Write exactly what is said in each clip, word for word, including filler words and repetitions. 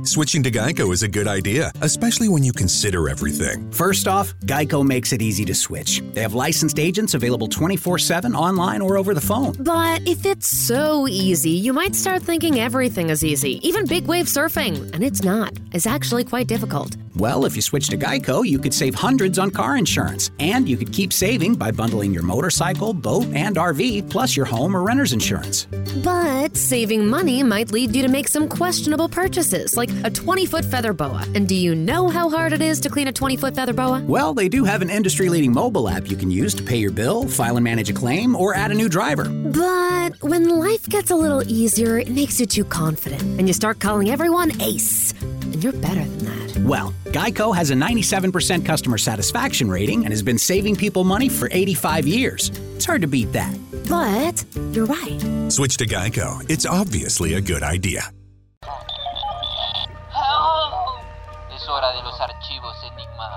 Switching to Geico is a good idea, especially when you consider everything. First off, Geico makes it easy to switch. They have licensed agents available twenty-four seven online or over the phone. But if it's so easy, you might start thinking everything is easy, even big wave surfing. And it's not. It's actually quite difficult. Well, if you switch to Geico, you could save hundreds on car insurance. And you could keep saving by bundling your motorcycle, boat, and R V, plus your home or renter's insurance. But saving money might lead you to make some questionable purchases, like a twenty-foot feather boa. And do you know how hard it is to clean a twenty-foot feather boa? Well, they do have an industry-leading mobile app you can use to pay your bill, file and manage a claim, or add a new driver. But when life gets a little easier, it makes you too confident, and you start calling everyone Ace. And you're better than that. Well, Geico has a ninety-seven percent customer satisfaction rating and has been saving people money for eighty-five years. It's hard to beat that. But you're right. Switch to Geico. It's obviously a good idea. Es hora de los archivos Enigma.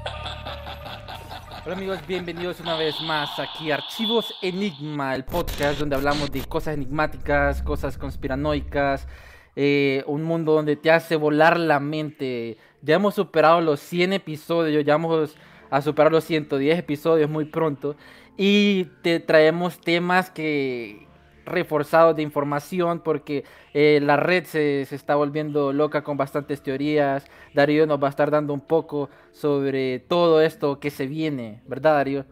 Hola amigos, bienvenidos una vez más aquí a Archivos Enigma, el podcast donde hablamos de cosas enigmáticas, cosas conspiranoicas, eh, un mundo donde te hace volar la mente. Ya hemos superado los cien episodios, ya vamos a superar los ciento diez episodios muy pronto y te traemos temas que reforzados de información porque eh, la red se, se está volviendo loca con bastantes teorías. Darío nos va a estar dando un poco sobre todo esto que se viene, ¿verdad, Darío?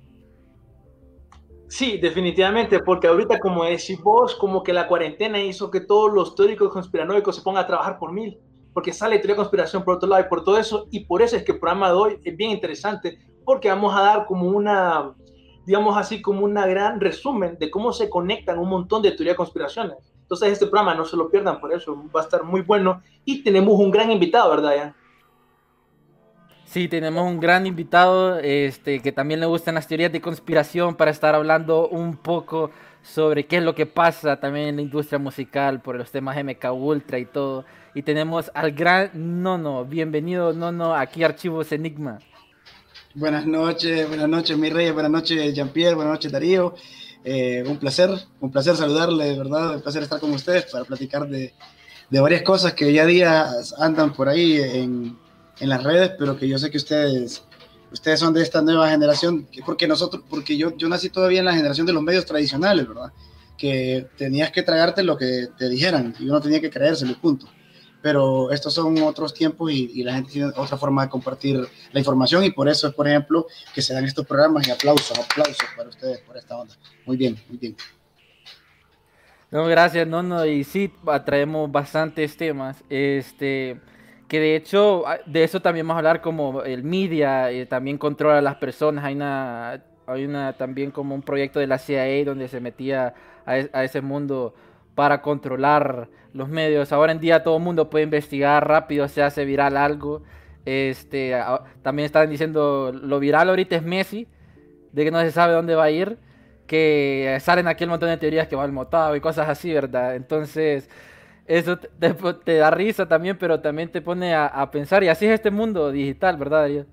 Sí, definitivamente, porque ahorita, como decís vos, como que la cuarentena hizo que todos los teóricos conspiranoicos se pongan a trabajar por mil, porque sale teoría de conspiración por otro lado y por todo eso, y por eso es que el programa de hoy es bien interesante, porque vamos a dar como una, digamos así, como una gran resumen de cómo se conectan un montón de teorías de conspiraciones. Entonces este programa no se lo pierdan, por eso va a estar muy bueno, y tenemos un gran invitado, ¿verdad, Ian? Sí, tenemos un gran invitado este, que también le gustan las teorías de conspiración para estar hablando un poco sobre qué es lo que pasa también en la industria musical por los temas M K Ultra y todo. Y tenemos al gran Nono. Bienvenido, Nono, aquí a Archivos Enigma. Buenas noches, buenas noches, mi rey, buenas noches, Jean-Pierre, buenas noches, Darío. Eh, un placer, un placer saludarle, de verdad, un placer estar con ustedes para platicar de, de varias cosas que día a día andan por ahí en, en las redes, pero que yo sé que ustedes, ustedes son de esta nueva generación, porque nosotros, porque yo, yo nací todavía en la generación de los medios tradicionales, ¿verdad? Que tenías que tragarte lo que te dijeran y uno tenía que creérselo, punto. Pero estos son otros tiempos y, y la gente tiene otra forma de compartir la información y por eso es, por ejemplo, que se dan estos programas y aplausos, aplausos para ustedes por esta onda. Muy bien, muy bien. No, gracias, Nono, y sí, traemos bastantes temas, este, que de hecho, de eso también vamos a hablar como el media, eh, también controla a las personas, hay una, hay una también como un proyecto de la C I A donde se metía a, a ese mundo para controlar los medios. Ahora en día todo el mundo puede investigar rápido, se hace viral algo. Este, a, también estaban diciendo, lo viral ahorita es Messi, de que no se sabe dónde va a ir, que salen aquí un montón de teorías que va al Motado y cosas así, ¿verdad? Entonces, eso te, te, te da risa también, pero también te pone a, a pensar, y así es este mundo digital, ¿verdad, Darío?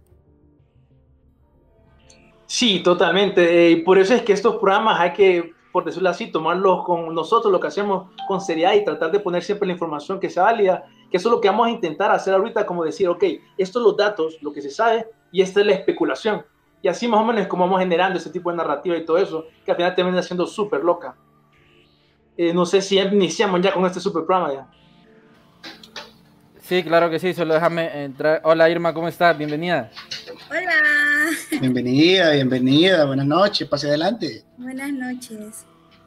Sí, totalmente, y eh, por eso es que estos programas hay que, por decirlo así, tomarlos con nosotros, lo que hacemos con seriedad y tratar de poner siempre la información que sea válida, que eso es lo que vamos a intentar hacer ahorita, como decir, ok, estos son los datos, lo que se sabe, y esta es la especulación. Y así más o menos es como vamos generando ese tipo de narrativa y todo eso, que al final termina siendo súper loca. Eh, no sé si ya iniciamos ya con este super programa ya. Sí, claro que sí, solo déjame entrar. Hola Irma, ¿cómo estás? Bienvenida. Hola. Bienvenida, bienvenida, buenas noches, pase adelante. Buenas noches.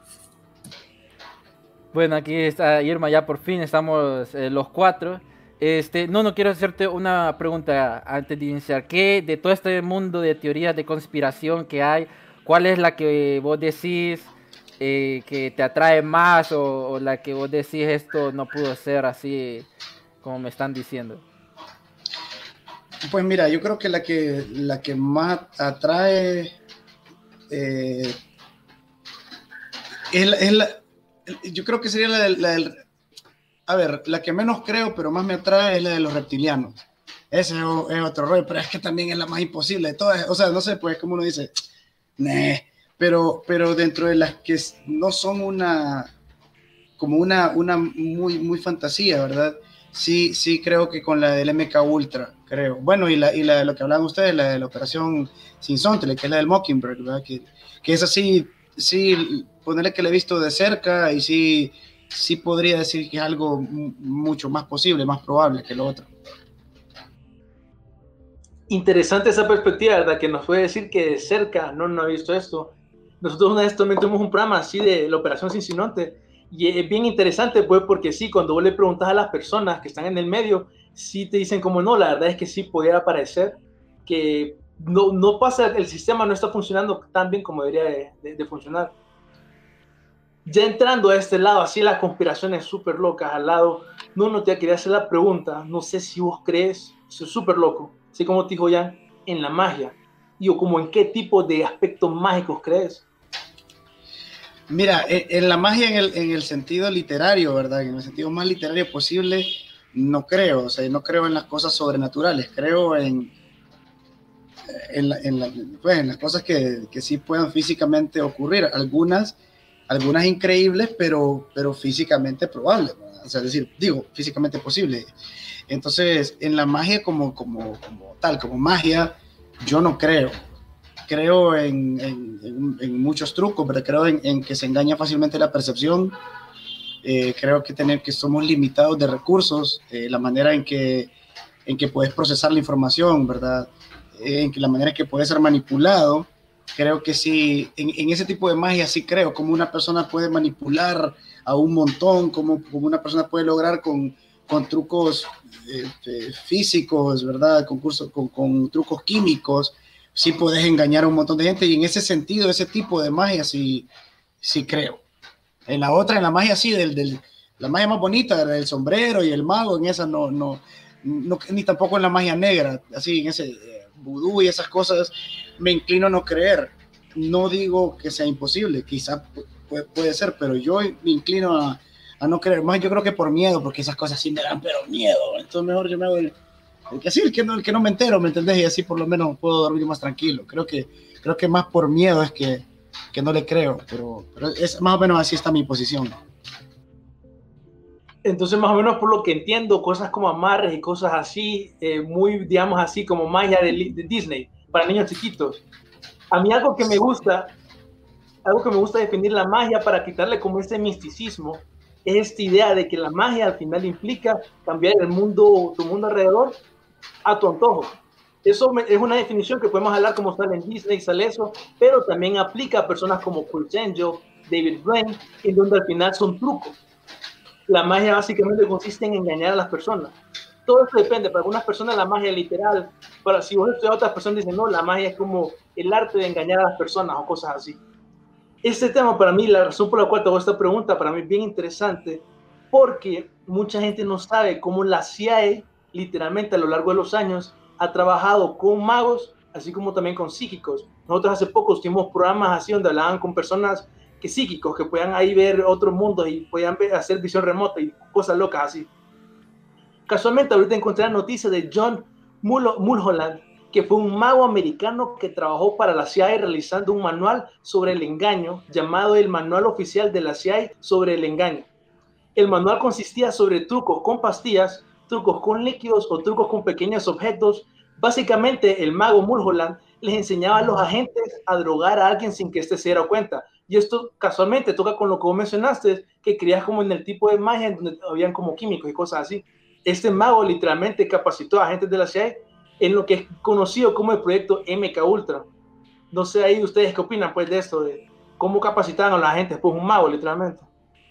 Bueno, aquí está Irma, ya por fin estamos eh, los cuatro. Este, no, no quiero hacerte una pregunta antes de iniciar. ¿Qué de todo este mundo de teorías de conspiración que hay, cuál es la que vos decís eh, que te atrae más o, o la que vos decís esto no pudo ser así como me están diciendo? Pues mira, yo creo que la que, la que más atrae eh, es, la, es la, yo creo que sería la del, la del, a ver, la que menos creo, pero más me atrae es la de los reptilianos. Ese es, es otro rollo, pero es que también es la más imposible de todas. O sea, no sé, pues como uno dice, nah, pero, pero dentro de las que no son una, como una, una muy, muy fantasía, ¿verdad? sí, sí creo que con la del M K Ultra, creo. Bueno, y, la, y la, lo que hablaban ustedes, la de la operación Sinsontle, que es la del Mockingbird, ¿verdad? Que, que es así, sí, ponerle que la he visto de cerca y sí, sí podría decir que es algo m- mucho más posible, más probable que lo otro. Interesante esa perspectiva, ¿verdad? Que nos puede decir que de cerca no, no ha visto esto. Nosotros una vez también tuvimos un programa así de la Operación Cincinote y es bien interesante, pues, porque sí, cuando vos le preguntas a las personas que están en el medio, sí te dicen como no, la verdad es que sí podría parecer que no, no pasa, el sistema no está funcionando tan bien como debería de, de, de funcionar. Ya entrando a este lado, así las conspiraciones súper locas al lado, no, no te quería hacer la pregunta, no sé si vos crees, soy súper loco, así como te dijo Jan, en la magia, y o como en qué tipo de aspectos mágicos crees. Mira, en, en la magia en el, en el sentido literario, ¿verdad? En el sentido más literario posible, no creo, o sea, no creo en las cosas sobrenaturales, creo en, en, la, en, la, pues, en las cosas que, que sí puedan físicamente ocurrir, algunas, algunas increíbles, pero, pero físicamente probables, ¿verdad? O sea, es decir, digo, físicamente posible. Entonces, en la magia como, como, como tal, como magia, yo no creo. Creo en, en, en, en muchos trucos, pero creo en, en que se engaña fácilmente la percepción. Eh, creo que, tener, que somos limitados de recursos, eh, la manera en que, en que puedes procesar la información, ¿verdad? Eh, en que la manera en que puede ser manipulado. Creo que sí, en, en ese tipo de magia sí creo, como una persona puede manipular a un montón, como, como una persona puede lograr con, con trucos eh, físicos, ¿verdad? Con, curso, con, con trucos químicos, sí puedes engañar a un montón de gente, y en ese sentido, ese tipo de magia sí, sí creo. En la otra, en la magia sí, del, del, la magia más bonita, del sombrero y el mago, en esa no, no, no, ni tampoco en la magia negra, así en ese eh, vudú y esas cosas, me inclino a no creer. No digo que sea imposible, quizás puede, puede ser, pero yo me inclino a, a no creer. Más yo creo que por miedo, porque esas cosas sí me dan, pero miedo. Entonces mejor yo me hago el, el que sí, el que, no, el que no me entero, ¿me entendés? Y así por lo menos puedo dormir más tranquilo. Creo que, creo que más por miedo es que, que no le creo, pero, pero es más o menos así está mi posición. Entonces, más o menos por lo que entiendo, cosas como amarres y cosas así, eh, muy, digamos así, como magia de, de Disney, para niños chiquitos. A mí algo que me gusta, algo que me gusta definir la magia para quitarle como este misticismo, es esta idea de que la magia al final implica cambiar el mundo, tu mundo alrededor, a tu antojo. Eso me, es una definición que podemos hablar como sale en Disney, sale eso, pero también aplica a personas como Kurt Angel, David Blaine, en donde al final son trucos. La magia básicamente consiste en engañar a las personas. Todo esto depende. Para algunas personas la magia es literal. Para si vos estudias a otras personas dicen, no, la magia es como el arte de engañar a las personas o cosas así. Este tema para mí, la razón por la cual te hago esta pregunta, para mí es bien interesante, porque mucha gente no sabe cómo la C I A, literalmente a lo largo de los años, ha trabajado con magos, así como también con psíquicos. Nosotros hace poco tuvimos programas así donde hablaban con personas que psíquicos, que puedan ahí ver otros mundos y puedan ver, hacer visión remota y cosas locas así. Casualmente ahorita encontré la noticia de John Mulholland, que fue un mago americano que trabajó para la C I A realizando un manual sobre el engaño llamado el Manual Oficial de la C I A sobre el Engaño. El manual consistía sobre trucos con pastillas, trucos con líquidos o trucos con pequeños objetos. Básicamente, el mago Mulholland les enseñaba a los agentes a drogar a alguien sin que éste se diera cuenta. Y esto casualmente toca con lo que vos mencionaste, que creías como en el tipo de magia en donde habían como químicos y cosas así. Este mago literalmente capacitó a agentes de la C I A en lo que es conocido como el proyecto M K Ultra. No sé ahí ustedes qué opinan pues de esto, de cómo capacitaban a la gente, pues un mago literalmente.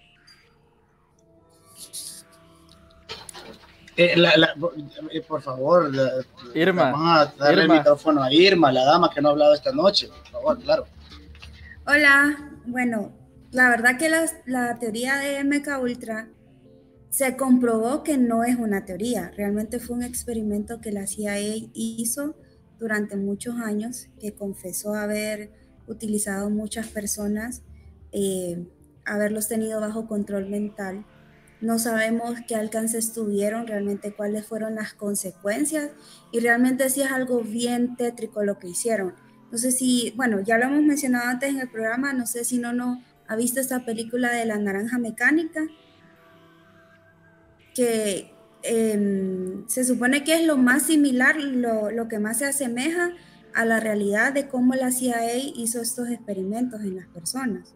Eh, la, la, eh, por favor, la, Irma, vamos a darle Irma. el micrófono a Irma, la dama que no ha hablado esta noche, por favor, claro. Hola, bueno, la verdad que la, la teoría de M K Ultra se comprobó que no es una teoría, realmente fue un experimento que la C I A hizo durante muchos años, que confesó haber utilizado muchas personas, eh, haberlos tenido bajo control mental. No sabemos qué alcances tuvieron, realmente cuáles fueron las consecuencias, y realmente sí es algo bien tétrico lo que hicieron. No sé si, bueno, ya lo hemos mencionado antes en el programa, no sé si no, no ha visto esta película de La Naranja Mecánica, que eh, se supone que es lo más similar, lo, lo que más se asemeja a la realidad de cómo la C I A hizo estos experimentos en las personas.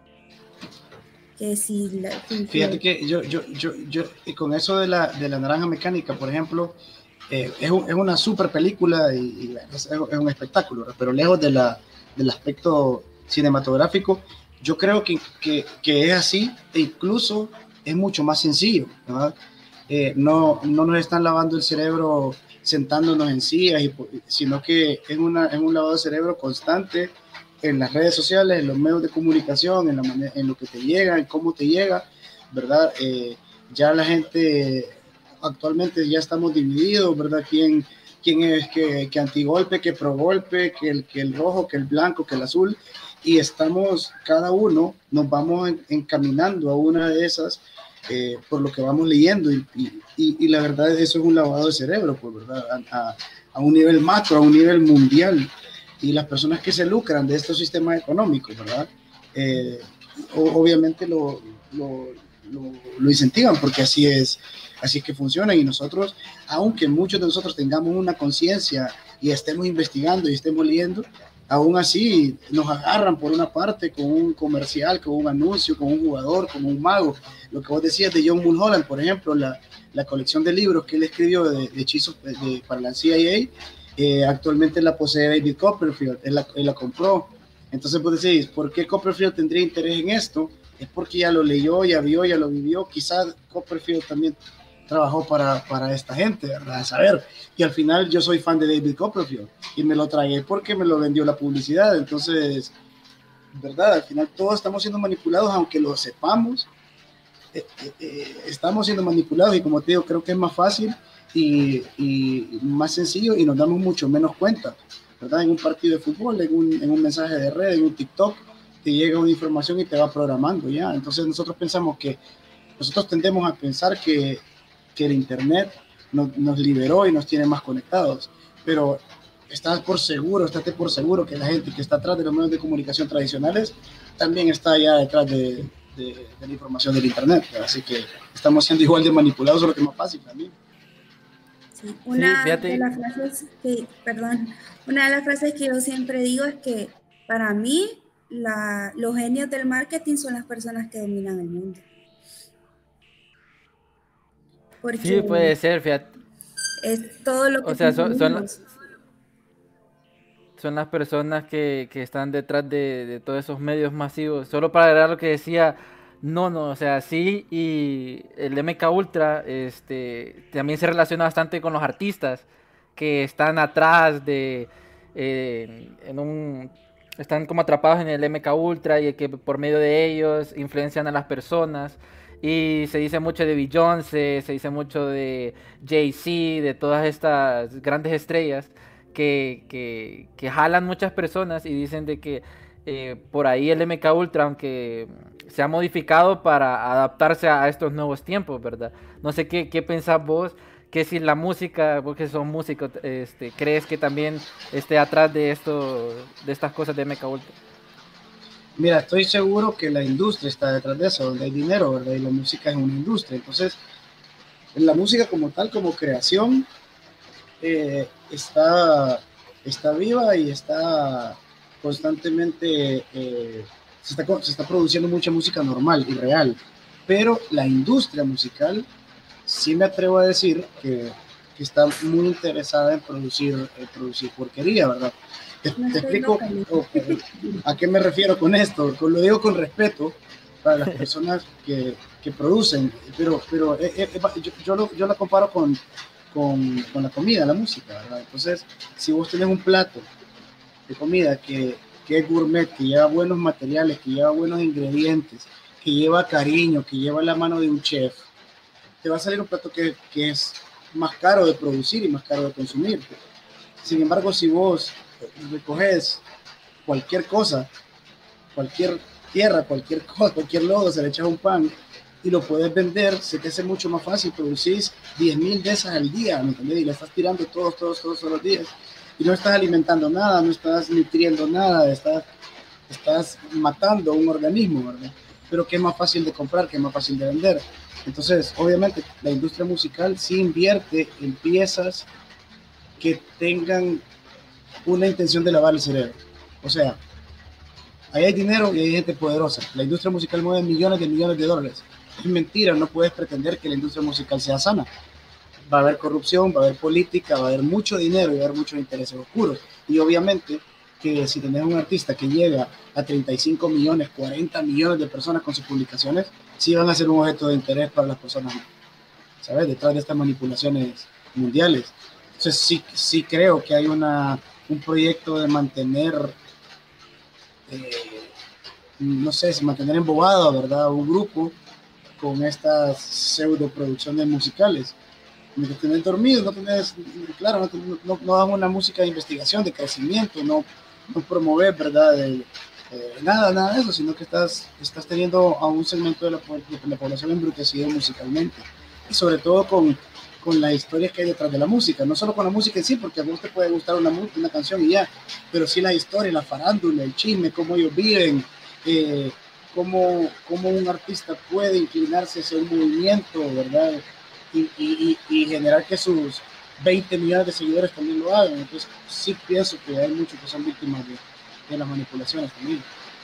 Que si la, si Fíjate que yo, yo, yo, yo y con eso de la, de la naranja mecánica, por ejemplo, eh, es, un, es una super película y, y es, es un espectáculo, pero lejos de la, del aspecto cinematográfico, yo creo que, que, que es así e incluso es mucho más sencillo, ¿verdad? Eh, no, no nos están lavando el cerebro sentándonos en sillas, y, sino que es, una, es un lavado de cerebro constante en las redes sociales, en los medios de comunicación, en, la manera, en lo que te llega, en cómo te llega, ¿verdad? Eh, ya la gente, actualmente ya estamos divididos, ¿verdad? ¿Quién, quién es que, que antigolpe, que progolpe, que el, que el rojo, que el blanco, que el azul? Y estamos, cada uno, nos vamos en, encaminando a una de esas eh, por lo que vamos leyendo y, y, y la verdad eso es un lavado de cerebro, pues, ¿verdad? A, a, a un nivel macro, a un nivel mundial. Y las personas que se lucran de estos sistemas económicos, ¿verdad? Eh, obviamente lo, lo, lo, lo incentivan porque así es, así es que funcionan. Y nosotros, aunque muchos de nosotros tengamos una conciencia y estemos investigando y estemos leyendo, aún así nos agarran por una parte con un comercial, con un anuncio, con un jugador, con un mago. Lo que vos decías de John Mulholland, por ejemplo, la, la colección de libros que él escribió de, de hechizos de, de, para la C I A, Eh, actualmente la posee David Copperfield, él la, él la compró. Entonces vos decís, ¿por qué Copperfield tendría interés en esto? Es porque ya lo leyó, ya vio, ya lo vivió. Quizás Copperfield también trabajó para, para esta gente, ¿verdad? A saber. Y al final yo soy fan de David Copperfield y me lo tragué porque me lo vendió la publicidad. Entonces, ¿verdad? Al final todos estamos siendo manipulados, aunque lo sepamos. Eh, eh, eh, estamos siendo manipulados y como te digo, creo que es más fácil Y, y más sencillo y nos damos mucho menos cuenta, ¿verdad? En un partido de fútbol, en un, en un mensaje de red, en un TikTok, te llega una información y te va programando ya. Entonces nosotros pensamos que, nosotros tendemos a pensar que, que el internet nos, nos liberó y nos tiene más conectados, pero estás por seguro, estate por seguro que la gente que está atrás de los medios de comunicación tradicionales también está ya detrás de, de, de la información del internet, ¿verdad? Así que estamos siendo igual de manipulados, solo que más fácil también. Sí, una, Sí, de las frases que, perdón, una de las frases que yo siempre digo es que para mí la, los genios del marketing son las personas que dominan el mundo. Porque sí, puede ser, fíjate. Es todo lo que o sea, son, son, la- son las personas que, que están detrás de, de todos esos medios masivos. Solo para agregar lo que decía, no, no, o sea, sí, y el M K Ultra este, también se relaciona bastante con los artistas que están atrás de, eh, en un, están como atrapados en el M K Ultra y que por medio de ellos influencian a las personas. Y se dice mucho de Beyoncé, se dice mucho de Jay-Z, de todas estas grandes estrellas que, que, que jalan muchas personas y dicen de que eh, por ahí el M K Ultra, aunque se ha modificado para adaptarse a estos nuevos tiempos, ¿verdad? No sé qué, qué pensás vos, que si la música, vos que sos músico, este, ¿crees que también esté atrás de esto, de estas cosas de M K Ultra? Mira, estoy seguro que la industria está detrás de eso, donde hay dinero, ¿verdad? Y la música es una industria. Entonces, la música como tal, como creación, eh, está, está viva y está constantemente, eh, se, está, se está produciendo mucha música normal y real. Pero la industria musical, sí me atrevo a decir que, que está muy interesada en producir, en producir porquería, ¿verdad? Te, te explico a qué me refiero con esto. Lo digo con respeto para las personas que, que producen, pero, pero eh, eh, yo, yo, lo, yo la comparo con, con, con la comida, la música, ¿verdad? Entonces, si vos tenés un plato de comida que, que es gourmet, que lleva buenos materiales, que lleva buenos ingredientes, que lleva cariño, que lleva la mano de un chef, te va a salir un plato que, que es más caro de producir y más caro de consumir. Sin embargo, si vos recoges cualquier cosa, cualquier tierra, cualquier cosa, cualquier lodo, se le echa un pan y lo puedes vender, se te hace mucho más fácil, producís diez mil de esas al día, ¿me entiendes? Y la estás tirando todos, todos, todos, todos los días y no estás alimentando nada, no estás nutriendo nada, estás, estás matando un organismo, ¿verdad? pero que es más fácil de comprar, que es más fácil de vender. Entonces, obviamente, la industria musical sí invierte en piezas que tengan una intención de lavar el cerebro. O sea, ahí hay dinero y hay gente poderosa. La industria musical mueve millones de millones de dólares. Es mentira, no puedes pretender que la industria musical sea sana. Va a haber corrupción, va a haber política, va a haber mucho dinero y va a haber muchos intereses oscuros. Y obviamente que si tenés un artista que llega a treinta y cinco millones, cuarenta millones de personas con sus publicaciones, sí van a ser un objeto de interés para las personas, ¿sabes? Detrás de estas manipulaciones mundiales. Entonces sí, sí creo que hay una, un proyecto de mantener, eh, no sé, si mantener embobado, ¿verdad? Un grupo con estas pseudo producciones musicales. Mientras tenés dormido, no tenés, claro, no, no, no hagas una música de investigación, de crecimiento, no, no promover, ¿verdad? De, eh, nada, nada de eso, sino que estás, estás teniendo a un segmento de la, de la población embrutecido musicalmente. Y sobre todo con, con las historias que hay detrás de la música, no solo con la música en sí, porque a vos te puede gustar una, una canción y ya, pero sí la historia, la farándula, el chisme, cómo ellos viven, eh, cómo, cómo un artista puede inclinarse hacia un movimiento, ¿verdad? Y, y, y generar que sus veinte millones de seguidores también lo hagan. Entonces sí pienso que hay muchos que son víctimas de, de las manipulaciones también.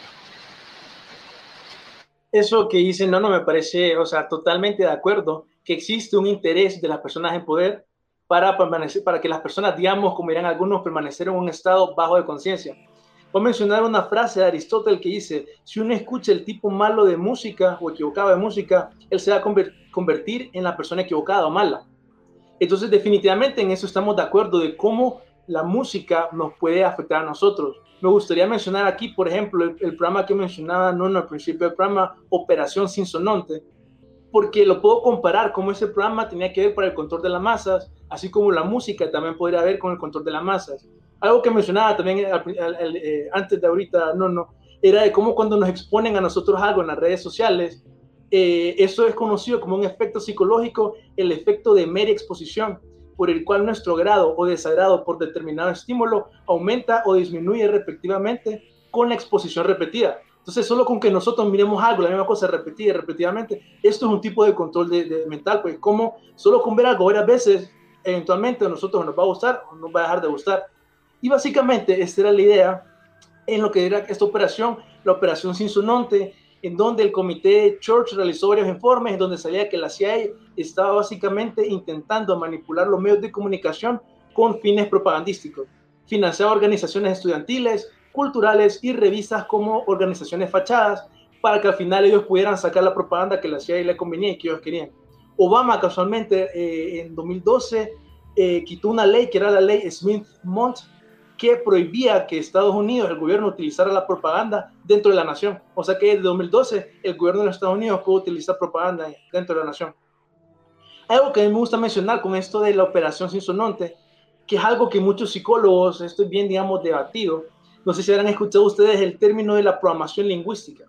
Eso que dicen, no, no me parece, o sea, totalmente de acuerdo, que existe un interés de las personas en poder para permanecer, para que las personas, digamos, como dirán algunos, permanecer en un estado bajo de conciencia. Voy a mencionar una frase de Aristóteles que dice, si uno escucha el tipo malo de música o equivocado de música, él se va a convertir en la persona equivocada o mala. Entonces, definitivamente en eso estamos de acuerdo de cómo la música nos puede afectar a nosotros. Me gustaría mencionar aquí, por ejemplo, el, el programa que mencionaba Nono al principio del programa, Operación Sinsononte, porque lo puedo comparar como ese programa tenía que ver para el control de las masas, así como la música también podría ver con el control de las masas. Algo que mencionaba también al, al, al, eh, antes de ahorita, no, no, era de cómo cuando nos exponen a nosotros algo en las redes sociales, eh, eso es conocido como un efecto psicológico, el efecto de mera exposición, por el cual nuestro grado o desagrado por determinado estímulo aumenta o disminuye respectivamente con la exposición repetida. Entonces, solo con que nosotros miremos algo, la misma cosa repetida y repetidamente, esto es un tipo de control de, de mental, pues como solo con ver algo varias veces, eventualmente a nosotros nos va a gustar o nos va a dejar de gustar. Y básicamente esta era la idea en lo que era esta operación, la operación Sinsononte, en donde el comité Church realizó varios informes, en donde salía que la C I A estaba básicamente intentando manipular los medios de comunicación con fines propagandísticos. Financiaba organizaciones estudiantiles, culturales y revistas como organizaciones fachadas para que al final ellos pudieran sacar la propaganda que la C I A le convenía y que ellos querían. Obama casualmente eh, en dos mil doce eh, quitó una ley que era la ley Smith-Mont, que prohibía que Estados Unidos, el gobierno, utilizara la propaganda dentro de la nación. O sea que desde dos mil doce el gobierno de los Estados Unidos puede utilizar propaganda dentro de la nación. Algo que a mí me gusta mencionar con esto de la operación Sinsononte, que es algo que muchos psicólogos, esto es bien, digamos, debatido. No sé si habrán escuchado ustedes el término de la programación lingüística.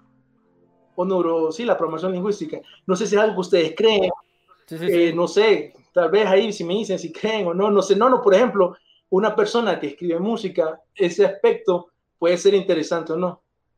O neuro, sí, la programación lingüística. No sé si es algo que ustedes creen. Sí, sí, eh, sí. No sé, tal vez ahí si me dicen si creen o no. No sé, no, no, por ejemplo, una persona que escribe música, ese aspecto puede ser interesante o no.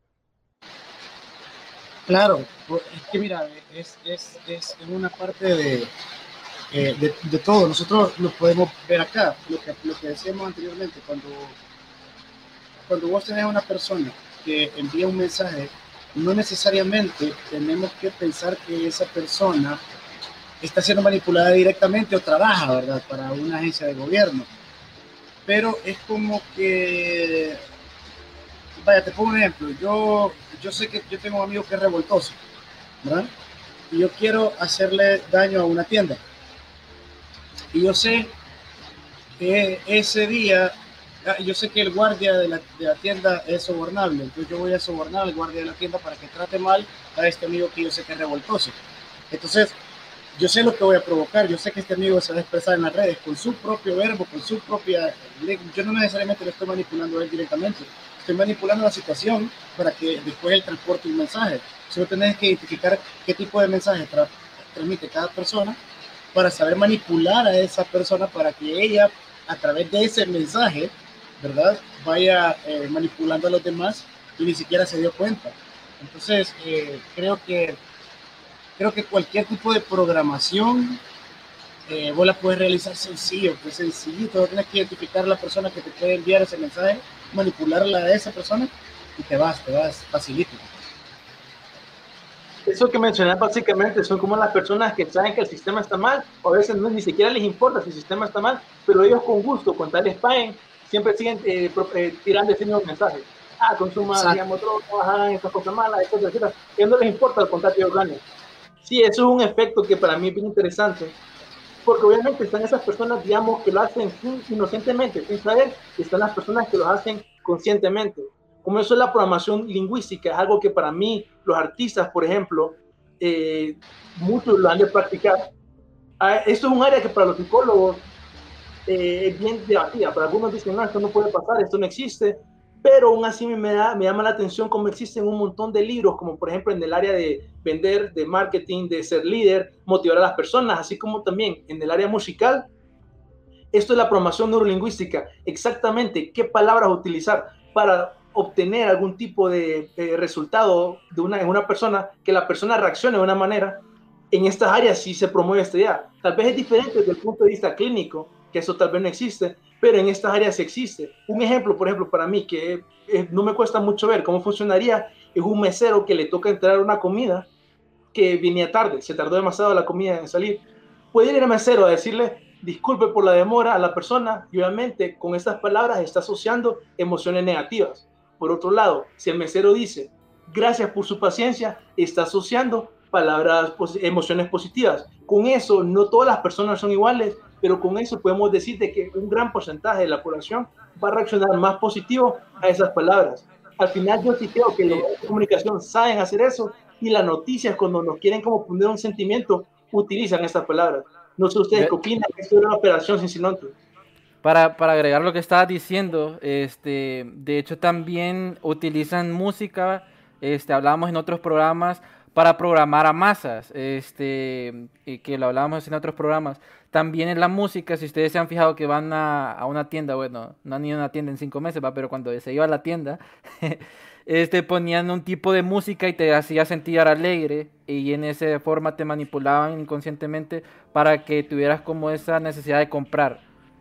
Claro, es que mira, es, es, es una parte de, eh, de, de todo. Nosotros lo podemos ver acá, lo que, lo que decíamos anteriormente, cuando, cuando vos tenés una persona que envía un mensaje, no necesariamente tenemos que pensar que esa persona está siendo manipulada directamente o trabaja, ¿verdad?, para una agencia de gobierno. Pero es como que, vaya, te pongo un ejemplo, yo, yo sé que yo tengo un amigo que es revoltoso, ¿verdad? Y yo quiero hacerle daño a una tienda. Y yo sé que ese día, yo sé que el guardia de la, de la tienda es sobornable, entonces yo voy a sobornar al guardia de la tienda para que trate mal a este amigo que yo sé que es revoltoso. Entonces, yo sé lo que voy a provocar, yo sé que este amigo se va a expresar en las redes con su propio verbo, con su propia... Yo no necesariamente lo estoy manipulando a él directamente, estoy manipulando la situación para que después él transporte un mensaje. Solo tenés que identificar qué tipo de mensaje tra transmite cada persona para saber manipular a esa persona para que ella, a través de ese mensaje, ¿verdad?, vaya eh, manipulando a los demás y ni siquiera se dio cuenta. Entonces, eh, creo que creo que cualquier tipo de programación eh, vos la puedes realizar sencillo, pues sencillito. No tienes que identificar a la persona que te puede enviar ese mensaje, manipularla a esa persona y te vas, te vas facilito. Eso que mencioné básicamente son como las personas que saben que el sistema está mal, o a veces no, ni siquiera les importa si el sistema está mal, pero ellos con gusto, con tal paguen, siempre siguen eh, eh, tirando ese mismo mensaje. Ah, consuma, digamos, drogas, hagan estas cosas malas, etcétera, etcétera. A ellos no les importa el contacto que ellos ganen. Sí, eso es un efecto que para mí es bien interesante, porque obviamente están esas personas, digamos, que lo hacen inocentemente, sin saber, y están las personas que lo hacen conscientemente. Como eso es la programación lingüística, es algo que para mí, los artistas, por ejemplo, eh, muchos lo han de practicar. Ah, esto es un área que para los psicólogos eh, es bien debatida. Para algunos dicen, no, esto no puede pasar, esto no existe, pero aún así me, da, me llama la atención cómo existen un montón de libros, como por ejemplo en el área de vender, de marketing, de ser líder, motivar a las personas, así como también en el área musical. Esto es la programación neurolingüística, exactamente qué palabras utilizar para obtener algún tipo de eh, resultado de una, en una persona, que la persona reaccione de una manera. En estas áreas sí se promueve esta idea. Tal vez es diferente desde el punto de vista clínico, que eso tal vez no existe, pero en estas áreas sí existe. Un ejemplo, por ejemplo, para mí, que eh, no me cuesta mucho ver cómo funcionaría, es un mesero que le toca entrar una comida que venía tarde, se tardó demasiado la comida en salir. Puede ir al mesero a decirle, disculpe por la demora a la persona, y obviamente con estas palabras está asociando emociones negativas. Por otro lado, si el mesero dice, gracias por su paciencia, está asociando palabras, emociones positivas. Con eso, no todas las personas son iguales, pero con eso podemos decir de que un gran porcentaje de la población va a reaccionar más positivo a esas palabras. Al final, yo sí creo que los medios de comunicación saben hacer eso, y las noticias, cuando nos quieren como poner un sentimiento, utilizan estas palabras. No sé ustedes qué opinan, que esto era una operación Cincinnatus. Para, para agregar lo que estabas diciendo, este, de hecho también utilizan música, este, hablábamos en otros programas, para programar a masas, este, que lo hablábamos en otros programas. También en la música, si ustedes se han fijado que van a, a una tienda, bueno, no han ido a una tienda en cinco meses, ¿va? Pero cuando se iba a la tienda, este, ponían un tipo de música y te hacía sentir alegre, y en esa forma te manipulaban inconscientemente para que tuvieras como esa necesidad de comprar.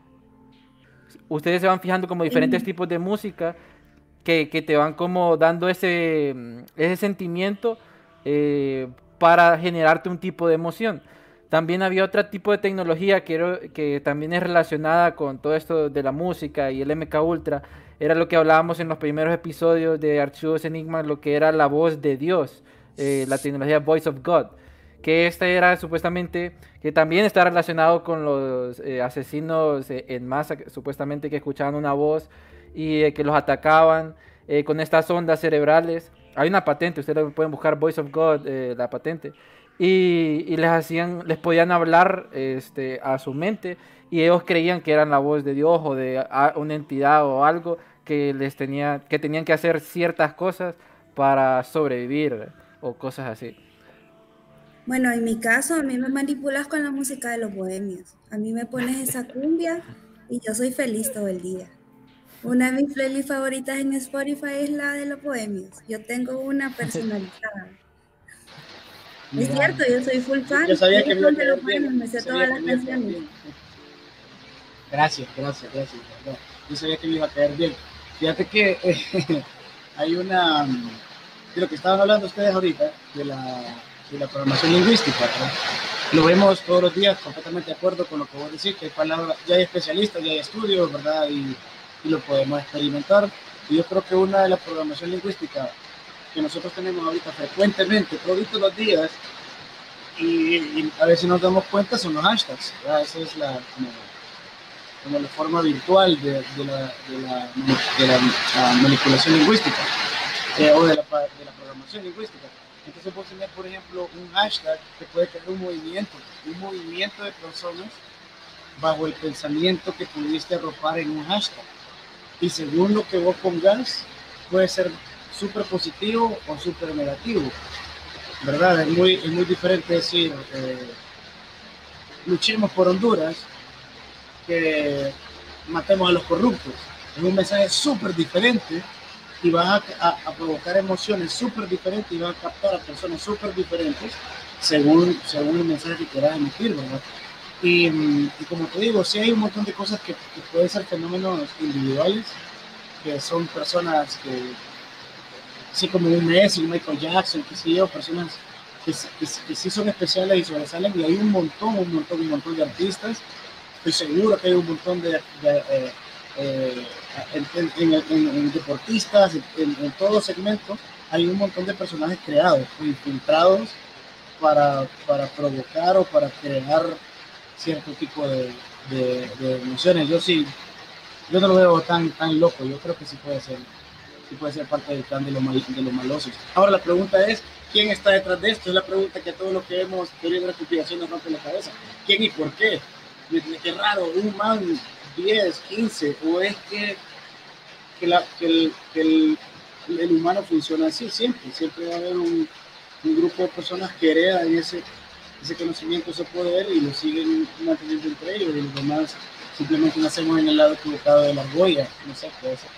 Ustedes se van fijando como diferentes mm. tipos de música que, que te van como dando ese, ese sentimiento eh, para generarte un tipo de emoción. También había otro tipo de tecnología que, era, que también es relacionada con todo esto de la música y el M K Ultra. Era lo que hablábamos en los primeros episodios de Archivos Enigma, lo que era la voz de Dios, eh, la tecnología Voice of God. Que esta era supuestamente, que también está relacionado con los eh, asesinos eh, en masa, que, supuestamente que escuchaban una voz y eh, que los atacaban eh, con estas ondas cerebrales. Hay una patente, ustedes pueden buscar Voice of God, eh, la patente, y, y les hacían, les podían hablar este, a su mente, y ellos creían que eran la voz de Dios o de a, una entidad o algo que les tenía, que tenían que hacer ciertas cosas para sobrevivir o cosas así. Bueno, en mi caso, a mí me manipulas con la música de los bohemios. A mí me pones esa cumbia y yo soy feliz todo el día. Una de mis playlists favoritas en Spotify es la de los bohemios. Yo tengo una personalizada. Es cierto, yo soy full fan. Yo sabía que me iba a caer bien. Me sé todas las canciones. Gracias, gracias, gracias. Yo sabía que me iba a caer bien. Fíjate que eh, hay una... De lo que estaban hablando ustedes ahorita, de la... de la programación lingüística, ¿verdad? Lo vemos todos los días, completamente de acuerdo con lo que vos decís, que hay palabras, ya hay especialistas, ya hay estudios, ¿verdad? Y, y lo podemos experimentar. Y yo creo que una de la programación lingüística que nosotros tenemos ahorita frecuentemente, todos los días, y, y a veces nos damos cuenta, son los hashtags, ¿verdad? Esa es la, como, como la forma virtual de, de, la, de, la, de la uh, manipulación lingüística, eh, o de la, de la programación lingüística. Entonces vos tenés, por ejemplo, un hashtag que puede crear un movimiento, un movimiento de personas bajo el pensamiento que pudiste arropar en un hashtag. Y según lo que vos pongas, puede ser súper positivo o súper negativo, ¿verdad? Es muy, es muy diferente decir, eh, luchemos por Honduras, que matemos a los corruptos. Es un mensaje súper diferente y vas a, a, a provocar emociones súper diferentes y vas a captar a personas súper diferentes según, según el mensaje que quieras emitir, ¿verdad? Y, y como te digo, sí hay un montón de cosas que, que pueden ser fenómenos individuales, que son personas que, así como un Messi, un Michael Jackson, que sé yo, personas que, que, que sí son especiales y sobresalen, y hay un montón, un montón, un montón de artistas. Estoy seguro que hay un montón de, de eh, eh, en, en, en, en deportistas, en, en todo segmento, hay un montón de personajes creados, infiltrados para, para provocar o para crear cierto tipo de, de, de emociones. Yo sí, yo no lo veo tan, tan loco, yo creo que sí puede ser, sí puede ser parte del plan de, lo mal, de los malosos. Ahora la pregunta es, ¿quién está detrás de esto? Es la pregunta que a todos los que vemos teoría de la conspiración nos rompe la cabeza. ¿Quién y por qué? Qué raro, un man, diez, quince, o es que, que, la, que, el, que el, el humano funciona así, siempre, siempre va a haber un, un grupo de personas que heredan ese, ese conocimiento, ese poder y lo siguen manteniendo entre ellos, y los demás simplemente nacemos en el lado equivocado de la argolla, no sé, puede ser.